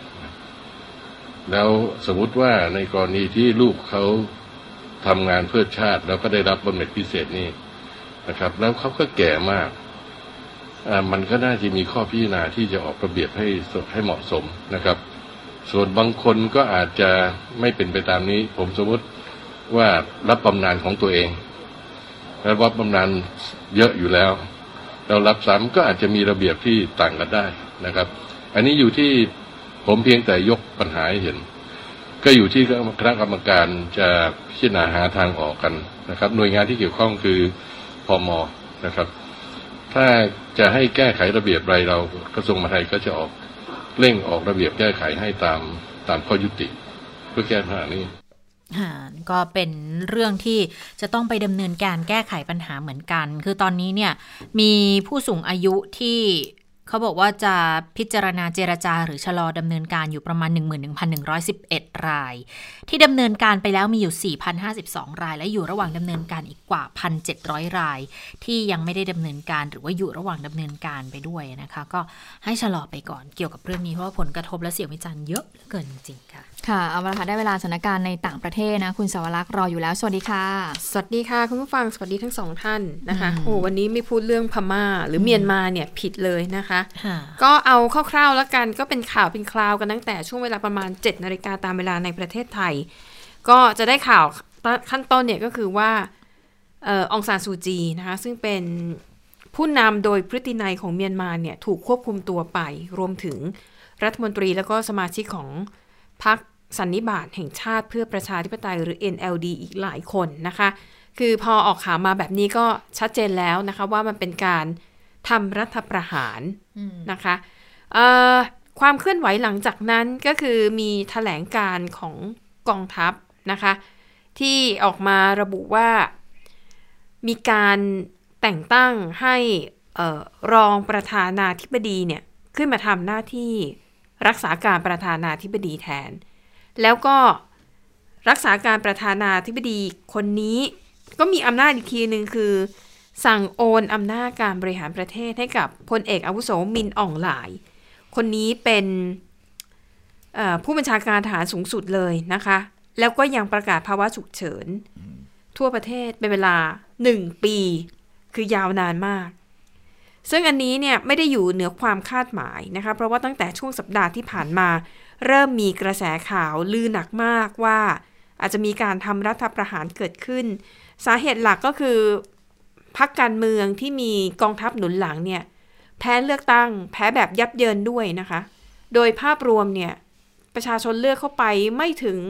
แล้วสมมุติว่าในกรณีที่ลูกเขาทำงานเพื่อชาติแล้วก็ได้รับบำเหน็จพิเศษนี่นะครับแล้วเขาก็แก่มากมันก็น่าจะมีข้อพิจารณาที่จะออกระเบียบให้เหมาะสมนะครับส่วนบางคนก็อาจจะไม่เป็นไปตามนี้ผมสมมติว่ารับบำนาญของตัวเองและรับบำนาญเยอะอยู่แล้วเรารับซ้ำก็อาจจะมีระเบียบที่ต่างกันได้นะครับอันนี้อยู่ที่ผมเพียงแต่ยกปัญหาให้เห็นก็อยู่ที่คณะกรรมการจะพิจารณาหาทางออกกันนะครับหน่วยงานที่เกี่ยวข้องคือพม.นะครับถ้าจะให้แก้ไขระเบียบอะไรเรากระทรวงมหาดไทยก็จะเร่งออกระเบียบแก้ไขให้ตามข้อยุติเพื่อแก้ปัญหานี้ก็เป็นเรื่องที่จะต้องไปดำเนินการแก้ไขปัญหาเหมือนกันคือตอนนี้เนี่ยมีผู้สูงอายุที่เขาบอกว่าจะพิจารณาเจรจาหรือชะลอดำเนินการอยู่ประมาณ 11,111 รายที่ดำเนินการไปแล้วมีอยู่ 4,052 รายและอยู่ระหว่างดำเนินการอีกกว่า 1,700 รายที่ยังไม่ได้ดำเนินการหรือว่าอยู่ระหว่างดำเนินการไปด้วยนะคะก็ให้ชะลอไปก่อนเกี่ยวกับเรื่องนี้เพราะว่าผลกระทบและเสียงวิจารณ์เยอะเหลือเกินจริงๆค่ะค่ะเอาละค่ะได้เวลาสถานการณ์ในต่างประเทศนะคุณสาวรักษ์รออยู่แล้วสวัสดีค่ะสวัสดีค่ะคุณผู้ฟังสวัสดีทั้งสองท่านนะคะโอ้วันนี้ไม่พูดเรื่องพม่าหรือเมียนมาเนี่ยผิดเลยนะคะก็เอาคร่าวๆแล้วกันก็เป็นข่าวเป็นคราวกันตั้งแต่ช่วงเวลาประมาณ 7 นาฬิกาตามเวลาในประเทศไทยก็จะได้ข่าวขั้นต้นเนี่ยก็คือว่าองซานซูจีนะคะซึ่งเป็นผู้นำโดยพฤตินัยของเมียนมาเนี่ยถูกควบคุมตัวไปรวมถึงรัฐมนตรีแล้วก็สมาชิกของพรรคสันนิบาตแห่งชาติเพื่อประชาธิปไตยหรือ NLD อีกหลายคนนะคะคือพอออกข่าวมาแบบนี้ก็ชัดเจนแล้วนะคะว่ามันเป็นการทำรัฐประหารนะคะความเคลื่อนไหวหลังจากนั้นก็คือมีแถลงการของกองทัพนะคะที่ออกมาระบุว่ามีการแต่งตั้งให้รองประธานาธิบดีเนี่ยขึ้นมาทำหน้าที่รักษาการประธานาธิบดีแทนแล้วก็รักษาการประธานาธิบดีคนนี้ก็มีอำนาจอีกทีนึงคือสั่งโอนอำนาจการบริหารประเทศให้กับพลเอกอาวุโสมินอ่องหลายคนนี้เป็นผู้บัญชาการทหารสูงสุดเลยนะคะแล้วก็ยังประกาศภาวะฉุกเฉินทั่วประเทศเป็นเวลา1 ปีคือยาวนานมากซึ่งอันนี้เนี่ยไม่ได้อยู่เหนือความคาดหมายนะคะเพราะว่าตั้งแต่ช่วงสัปดาห์ที่ผ่านมาเริ่มมีกระแสข่าวลือหนักมากว่าอาจจะมีการทำรัฐประหารเกิดขึ้นสาเหตุหลักก็คือพรรคการเมืองที่มีกองทัพหนุนหลังเนี่ยแพ้เลือกตั้งแพ้แบบยับเยินด้วยนะคะโดยภาพรวมเนี่ยประชาชนเลือกเข้าไปไม่ถึง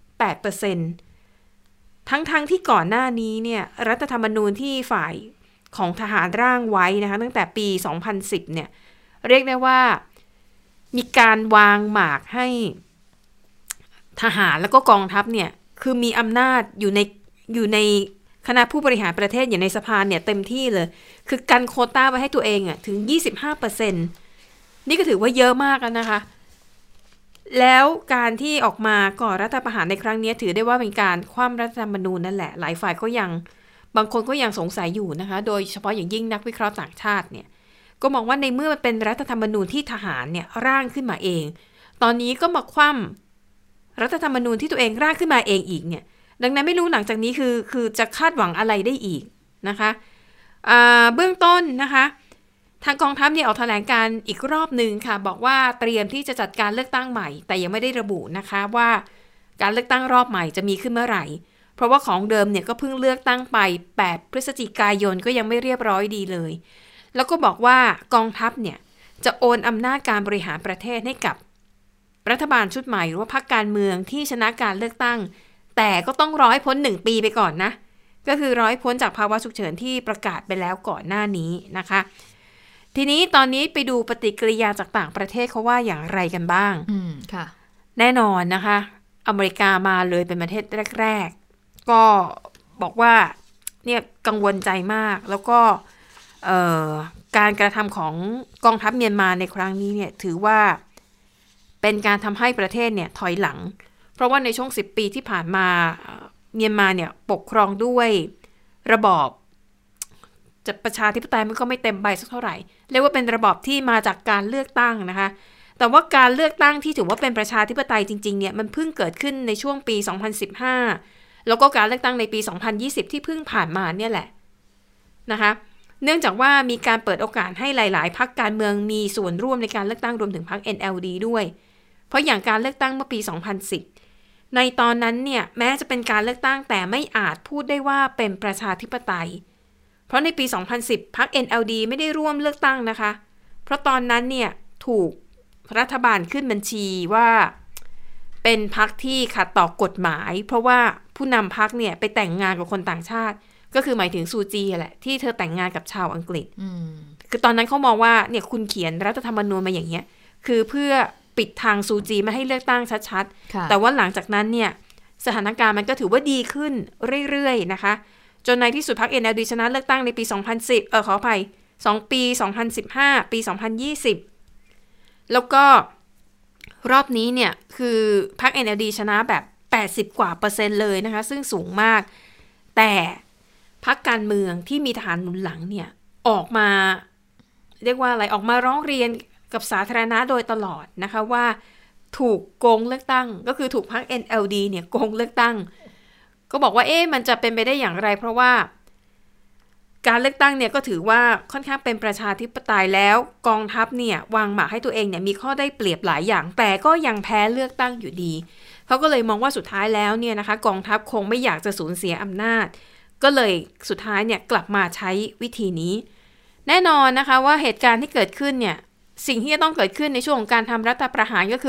8% ทั้งที่ก่อนหน้านี้เนี่ยรัฐธรรมนูญที่ฝ่ายของทหารร่างไว้นะคะตั้งแต่ปี 2010 เนี่ยเรียกได้ว่ามีการวางหมากให้ทหารแล้วก็กองทัพเนี่ยคือมีอำนาจอยู่ในคณะผู้บริหารประเทศอย่างในสภาเนี่ยเต็มที่เลยคือกันโควต้าไว้ให้ตัวเองอ่ะถึง 25% นี่ก็ถือว่าเยอะมากแล้วนะคะแล้วการที่ออกมาก่อรัฐประหารในครั้งนี้ถือได้ว่าเป็นการคว่ำรัฐธรรมนูญนั่นแหละหลายฝ่ายก็ยังบางคนก็ยังสงสัยอยู่นะคะโดยเฉพาะอย่างยิ่งนักวิเคราะห์ต่างชาติเนี่ยก็มองว่าในเมื่อมันเป็นรัฐธรรมนูญที่ทหารเนี่ยร่างขึ้นมาเองตอนนี้ก็มาคว่ำรัฐธรรมนูญที่ตัวเองร่างขึ้นมาเองอีกเนี่ยดังนั้นไม่รู้หลังจากนี้คือจะคาดหวังอะไรได้อีกนะคะเบื้องต้นนะคะทางกองทัพเนี่ยออกแถลงการอีกรอบนึงค่ะบอกว่าเตรียมที่จะจัดการเลือกตั้งใหม่แต่ยังไม่ได้ระบุนะคะว่าการเลือกตั้งรอบใหม่จะมีขึ้นเมื่อไหร่เพราะว่าของเดิมเนี่ยก็เพิ่งเลือกตั้งไป8พฤศจิกายนก็ยังไม่เรียบร้อยดีเลยแล้วก็บอกว่ากองทัพเนี่ยจะโอนอำนาจการบริหารประเทศให้กับรัฐบาลชุดใหม่หรือว่าพรรคการเมืองที่ชนะการเลือกตั้งแต่ก็ต้องรอให้พ้น1 ปีไปก่อนนะก็คือรอให้พ้นจากภาวะฉุกเฉินที่ประกาศไปแล้วก่อนหน้านี้นะคะทีนี้ตอนนี้ไปดูปฏิกิริยาจากต่างประเทศเขาว่าอย่างไรกันบ้างค่ะแน่นอนนะคะอเมริกามาเลยเป็นประเทศแรกๆก็บอกว่าเนี่ยกังวลใจมากแล้วก็การกระทำของกองทัพเมียนมาในครั้งนี้เนี่ยถือว่าเป็นการทำให้ประเทศเนี่ยถอยหลังเพราะว่าในช่วง10 ปีที่ผ่านมาเมียนมาเนี่ยปกครองด้วยระบอบจะประชาธิปไตยมันก็ไม่เต็มใบสักเท่าไหร่เรียกว่าเป็นระบอบที่มาจากการเลือกตั้งนะคะแต่ว่าการเลือกตั้งที่ถือว่าเป็นประชาธิปไตยจริงๆเนี่ยมันเพิ่งเกิดขึ้นในช่วงปี 2015แล้วก็การเลือกตั้งในปี 2020ที่เพิ่งผ่านมาเนี่ยแหละนะคะเนื่องจากว่ามีการเปิดโอกาสให้หลายๆพรรคการเมืองมีส่วนร่วมในการเลือกตั้งรวมถึงพรรค NLD ด้วยเพราะอย่างการเลือกตั้งเมื่อปี 2010ในตอนนั้นเนี่ยแม้จะเป็นการเลือกตั้งแต่ไม่อาจพูดได้ว่าเป็นประชาธิปไตยเพราะในปี 2010 พรรค NLD ไม่ได้ร่วมเลือกตั้งนะคะเพราะตอนนั้นเนี่ยถูกรัฐบาลขึ้นบัญชีว่าเป็นพรรคที่ขัดต่อกฎหมายเพราะว่าผู้นำพรรคเนี่ยไปแต่งงานกับคนต่างชาติก็คือหมายถึงซูจีแหละที่เธอแต่งงานกับชาวอังกฤษคือตอนนั้นเขามองว่าเนี่ยคุณเขียนรัฐธรรมนูญมาอย่างเงี้ยคือเพื่อปิดทางซูจีไม่ให้เลือกตั้งชัดๆแต่ว่าหลังจากนั้นเนี่ยสถานการณ์มันก็ถือว่าดีขึ้นเรื่อยๆนะคะจนในที่สุดพรรค NLD ชนะเลือกตั้งในปี 2010 ขออภัย2 ปี 2015 ปี 2020แล้วก็รอบนี้เนี่ยคือพรรค NLD ชนะแบบ80 กว่า%เลยนะคะซึ่งสูงมากแต่พรรคการเมืองที่มีทหารหนุนหลังเนี่ยออกมาเรียกว่าอะไรออกมาร้องเรียนกับสาธารณะโดยตลอดนะคะว่าถูกโกงเลือกตั้งก็คือถูกพรรค NLD เนี่ยโกงเลือกตั้งก็บอกว่ามันจะเป็นไปได้อย่างไรเพราะว่าการเลือกตั้งเนี่ยก็ถือว่าค่อนข้างเป็นประชาธิปไตยแล้วกองทัพเนี่ยวางหมากให้ตัวเองเนี่ยมีข้อได้เปรียบหลายอย่างแต่ก็ยังแพ้เลือกตั้งอยู่ดีเขาก็เลยมองว่าสุดท้ายแล้วเนี่ยนะคะกองทัพคงไม่อยากจะสูญเสียอำนาจก็เลยสุดท้ายเนี่ยกลับมาใช้วิธีนี้แน่นอนนะคะว่าเหตุการณ์ที่เกิดขึ้นเนี่ยสิ่งที่จะต้องเกิดขึ้นในช่วงของการทำรัฐประหารก็คือ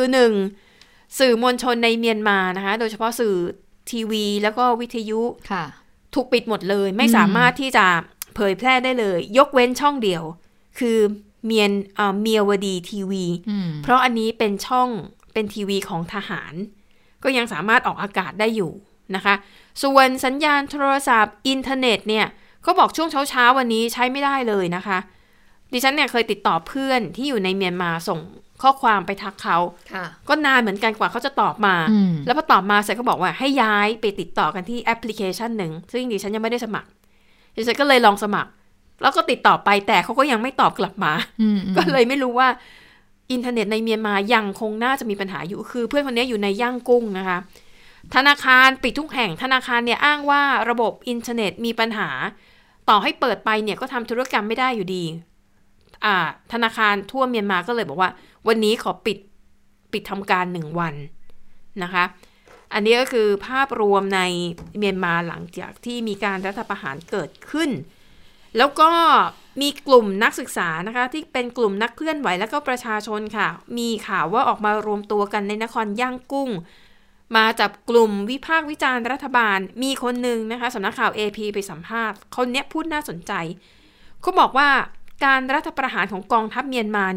1. สื่อมวลชนในเมียนมานะคะโดยเฉพาะสื่อทีวีแล้วก็วิทยุถูกปิดหมดเลยไม่สามารถที่จะเผยแพร่ได้เลยยกเว้นช่องเดียวคือเมียวดีทีวีเพราะอันนี้เป็นช่องเป็นทีวีของทหารก็ยังสามารถออกอากาศได้อยู่นะคะส่วนสัญญาณโทรศัพท์อินเทอร์เน็ตเนี่ยเขาบอกช่วงเช้าวันนี้ใช้ไม่ได้เลยนะคะดิฉันเนี่ยเคยติดต่อเพื่อนที่อยู่ในเมียนมาส่งข้อความไปทักเขาก็นานเหมือนกันกว่าเขาจะตอบมาแล้วพอตอบมาเสร็จเขาบอกว่าให้ย้ายไปติดต่อกันที่แอปพลิเคชันหนึ่งซึ่งดิฉันยังไม่ได้สมัครดิฉันก็เลยลองสมัครแล้วก็ติดต่อไปแต่เขาก็ยังไม่ตอบกลับมาก็เลยไม่รู้ว่าอินเทอร์เน็ตในเมียนมายังคงน่าจะมีปัญหาอยู่คือเพื่อนคนนี้อยู่ในย่างกุ้งนะคะธนาคารปิดทุกแห่งธนาคารเนี่ยอ้างว่าระบบอินเทอร์เน็ตมีปัญหาต่อให้เปิดไปเนี่ยก็ทำธุรกรรมไม่ได้อยู่ดีธนาคารทั่วเมียนมาก็เลยบอกว่าวันนี้ขอปิดทำการ1 วันนะคะอันนี้ก็คือภาพรวมในเมียนมาหลังจากที่มีการรัฐประหารเกิดขึ้นแล้วก็มีกลุ่มนักศึกษานะคะที่เป็นกลุ่มนักเคลื่อนไหวและก็ประชาชนค่ะมีข่าวว่าออกมารวมตัวกันในนครย่างกุ้งมาจับกลุ่มวิพากษ์วิจารณ์รัฐบาลมีคนหนึ่งนะคะสำนักข่าว AP ไปสัมภาษณ์คนนี้พูดน่าสนใจเขาบอกว่าการรัฐประหารของกองทัพเมียนมาเนี่ย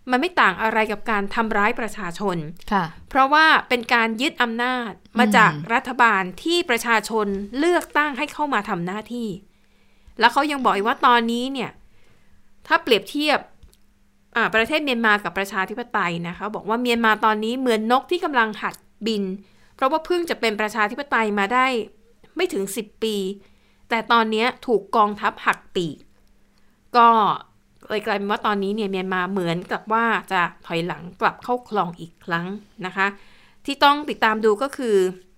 มันไม่ต่างอะไรกับการทำร้ายประชาชนค่ะเพราะว่าเป็นการยึดอำนาจมาจากรัฐบาลที่ประชาชนเลือกตั้งให้เข้ามาทำหน้าที่แล้วเขายังบอกอีกว่าตอนนี้เนี่ยถ้าเปรียบเทียบประเทศเมียนมากับประชาธิปไตยนะคะบอกว่าเมียนมาตอนนี้เหมือนนกที่กำลังหัดบินเพราะว่าเพิ่งจะเป็นประชาธิปไตยมาได้ไม่ถึง10 ปีแต่ตอนนี้ถูกกองทัพหักปีกก็เลยกลายเป็นว่าตอนนี้เนี่ยเมียนมาเหมือนกับว่าจะถอยหลังกลับเข้าคลองอีกครั้งนะคะที่ต้องติดตามดูก็คือ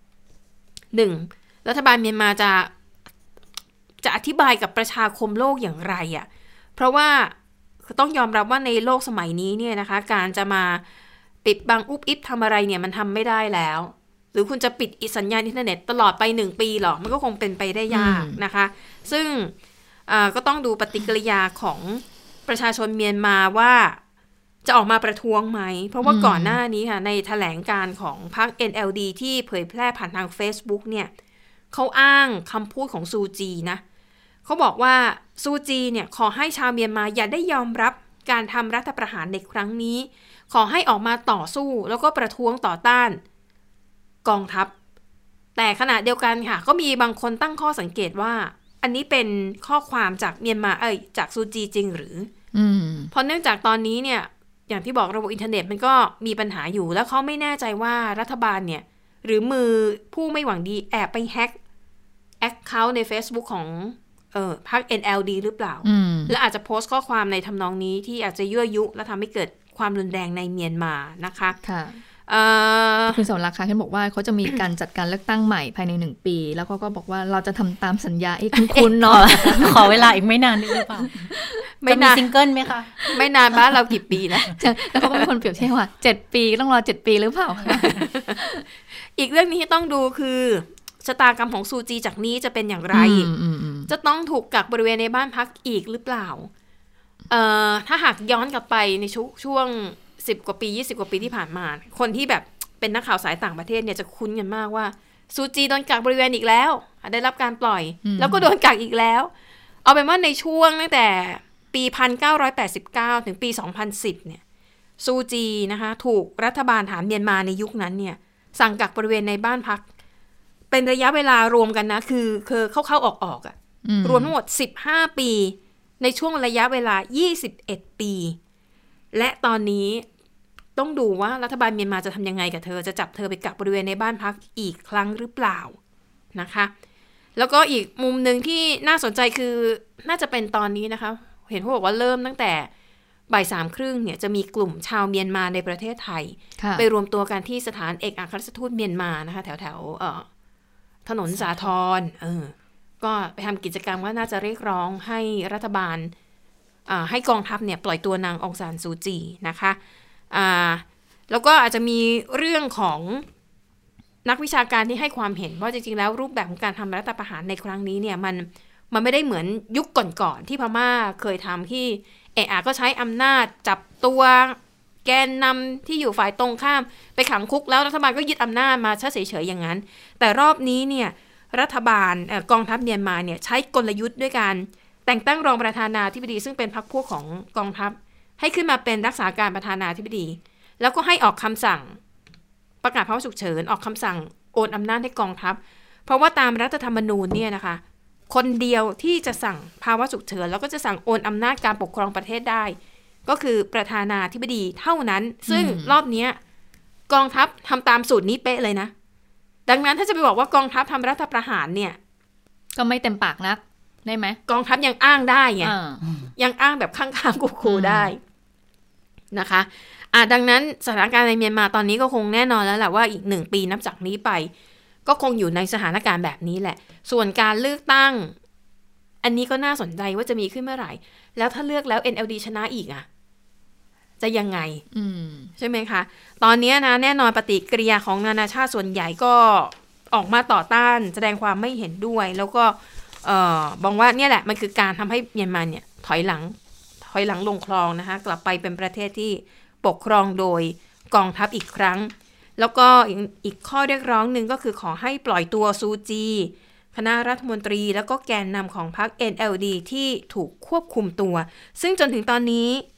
1. รัฐบาลเมียนมาจะอธิบายกับประชาคมโลกอย่างไรอ่ะเพราะว่าต้องยอมรับว่าในโลกสมัยนี้เนี่ยนะคะการจะมาปิดบังอุบอิบทำอะไรเนี่ยมันทำไม่ได้แล้วหรือคุณจะปิดสัญญาณอินเทอร์เน็ตตลอดไป1 ปีหรอมันก็คงเป็นไปได้ยากนะคะซึ่งก็ต้องดูปฏิกิริยาของประชาชนเมียนมาว่าจะออกมาประท้วงไหมเพราะว่าก่อนหน้านี้ค่ะในแถลงการของพรรค NLD ที่เผยแพร่ผ่านทาง Facebook เนี่ยเขาอ้างคำพูดของซูจีนะเขาบอกว่าซูจีเนี่ยขอให้ชาวเมียนมาอย่าได้ยอมรับการทำรัฐประหารในครั้งนี้ขอให้ออกมาต่อสู้แล้วก็ประท้วงต่อต้านกองทัพแต่ขณะเดียวกันค่ะก็มีบางคนตั้งข้อสังเกตว่าอันนี้เป็นข้อความจากเมียนมาจากซูจีจริงหรือเพราะเนื่องจากตอนนี้เนี่ยอย่างที่บอกระบบอินเทอร์เน็ตมันก็มีปัญหาอยู่แล้วเขาไม่แน่ใจว่ารัฐบาลเนี่ยหรือมือผู้ไม่หวังดีแอบไปแฮ็กแอคเคาท์ใน Facebook ของพรรค NLD หรือเปล่าและอาจจะโพสต์ข้อความในทำนองนี้ที่อาจจะยั่วยุและทำให้เกิดความรุนแรงในเมียนมานะคะค่ะคุณสวรักษ์คะเขาบอกว่าเขาจะมีการจัดการเลือกตั้งใหม่ภายใน1 ปีแล้วก็บอกว่าเราจะทำตามสัญญาคุณเนาะขอเวลาอีกไม่นานหรือเปล่าจะมีซิงเกิลไหมคะไม่นานบ้านเรากี่ปีนะแล้วเขาก็เป็นคนเปรียบเทียบว่า7 ปีต้องรอ7 ปีหรือเปล่าอีกเรื่องนี้ที่ต้องดูคือชะตากรรมของซูจีจากนี้จะเป็นอย่างไรจะต้องถูกกักบริเวณในบ้านพักอีกหรือเปล่าถ้าหากย้อนกลับไปในช่วง10 กว่าปี20 กว่าปีที่ผ่านมาคนที่แบบเป็นนักข่าวสายต่างประเทศเนี่ยจะคุ้นกันมากว่าซูจีโดนกักบริเวณอีกแล้วได้รับการปล่อยแล้วก็โดนกักอีกแล้วเอาเป็นว่าในช่วงตั้งแต่ปี1989ถึงปี2010เนี่ยซูจีนะคะถูกรัฐบาลฐานเมียนมาในยุคนั้นเนี่ยสั่งกักบริเวณในบ้านพักเป็นระยะเวลารวมกันนะคือเข้าออกอ่ะรวมทั้งหมด15 ปีในช่วงระยะเวลา21 ปีและตอนนี้ต้องดูว่ารัฐบาลเมียนมาจะทำยังไงกับเธอจะจับเธอไปกักบริเวณในบ้านพักอีกครั้งหรือเปล่านะคะแล้วก็อีกมุมนึงที่น่าสนใจคือน่าจะเป็นตอนนี้นะคะเห็นเขาบอกว่าเริ่มตั้งแต่บ่าย 3:30เนี่ยจะมีกลุ่มชาวเมียนมาในประเทศไทยไปรวมตัวกันที่สถานเอกอัครราชทูตเมียนมานะคะแถวถนนสาทรก็ไปทำกิจกรรมว่าน่าจะเรียกร้องให้รัฐบาลให้กองทัพเนี่ยปล่อยตัวนางองซานซูจีนะคะแล้วก็อาจจะมีเรื่องของนักวิชาการที่ให้ความเห็นว่าจริงๆแล้วรูปแบบของการทำรัฐประหารในครั้งนี้เนี่ยมันไม่ได้เหมือนยุคก่อนๆที่พม่าเคยทำที่ก็ใช้อำนาจจับตัวแกนนำที่อยู่ฝ่ายตรงข้ามไปขังคุกแล้วรัฐบาลก็ยึดอำนาจมาเฉยๆอย่างนั้นแต่รอบนี้เนี่ยรัฐบาลกองทัพเมียนมาเนี่ยใช้กลยุทธ์ด้วยการแต่งตั้งรองประธานาธิบดีซึ่งเป็นพรรคพวกของกองทัพให้ขึ้นมาเป็นรักษาการประธานาธิบดีแล้วก็ให้ออกคำสั่งประกาศภาวะฉุกเฉินออกคำสั่งโอนอำนาจให้กองทัพเพราะว่าตามรัฐธรรมนูญเนี่ยนะคะคนเดียวที่จะสั่งภาวะฉุกเฉินแล้วก็จะสั่งโอนอำนาจการปกครองประเทศได้ก็คือประธานาธิบดีเท่านั้นซึ่งรอบนี้กองทัพทำตามสูตรนี้เป๊ะเลยนะดังนั้นถ้าจะไปบอกว่ากองทัพทำรัฐประหารเนี่ยก็ไม่เต็มปากนักได้ไหมกองทัพยังอ้างได้ไงยังอ้างแบบข้างๆคูๆได้นะคะดังนั้นสถานการณ์ในเมียนมาตอนนี้ก็คงแน่นอนแล้วแหละว่าอีก1 ปีนับจากนี้ไปก็คงอยู่ในสถานการณ์แบบนี้แหละส่วนการเลือกตั้งอันนี้ก็น่าสนใจว่าจะมีขึ้นเมื่อไหร่แล้วถ้าเลือกแล้ว NLD ชนะอีกจะยังไงใช่ไหมคะตอนนี้นะแน่นอนปฏิกิริยาของนานาชาติส่วนใหญ่ก็ออกมาต่อต้านแสดงความไม่เห็นด้วยแล้วก็บอกว่าเนี่ยแหละมันคือการทำให้เมียนมาเนี่ยถอยหลังลงคลองนะคะกลับไปเป็นประเทศที่ปกครองโดยกองทัพอีกครั้งแล้วก็อีกข้อเรียกร้องหนึ่งก็คือขอให้ปล่อยตัวซูจีคณะรัฐมนตรีแล้วก็แกนนำของพรรค NLD ที่ถูกควบคุมตัวซึ่งจนถึงตอนนี้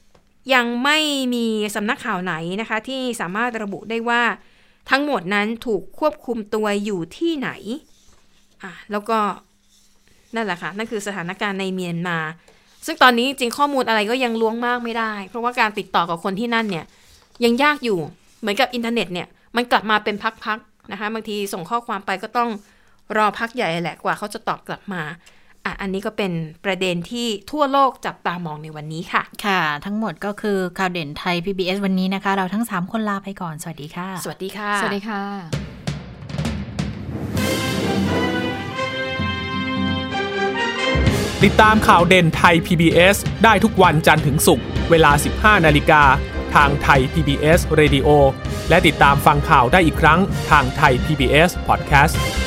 ยังไม่มีสำนักข่าวไหนนะคะที่สามารถระบุได้ว่าทั้งหมดนั้นถูกควบคุมตัวอยู่ที่ไหนแล้วก็นั่นแหละค่ะนั่นคือสถานการณ์ในเมียนมาซึ่งตอนนี้จริงข้อมูลอะไรก็ยังล้วงมากไม่ได้เพราะว่าการติดต่อกับคนที่นั่นเนี่ยยังยากอยู่เหมือนกับอินเทอร์เน็ตเนี่ยมันกลับมาเป็นพักๆนะคะบางทีส่งข้อความไปก็ต้องรอพักใหญ่แหละกว่าเขาจะตอบกลับมาอันนี้ก็เป็นประเด็นที่ทั่วโลกจับตามองในวันนี้ค่ะค่ะทั้งหมดก็คือข่าวเด่นไทย PBS วันนี้นะคะเราทั้ง3คนลาไปก่อนสวัสดีค่ะสวัสดีค่ะสวัสดีค่ะติดตามข่าวเด่นไทย PBS ได้ทุกวันจันทร์ถึงศุกร์เวลา 15:00 น.ทางไทย PBS Radio และติดตามฟังข่าวได้อีกครั้งทางไทย PBS Podcast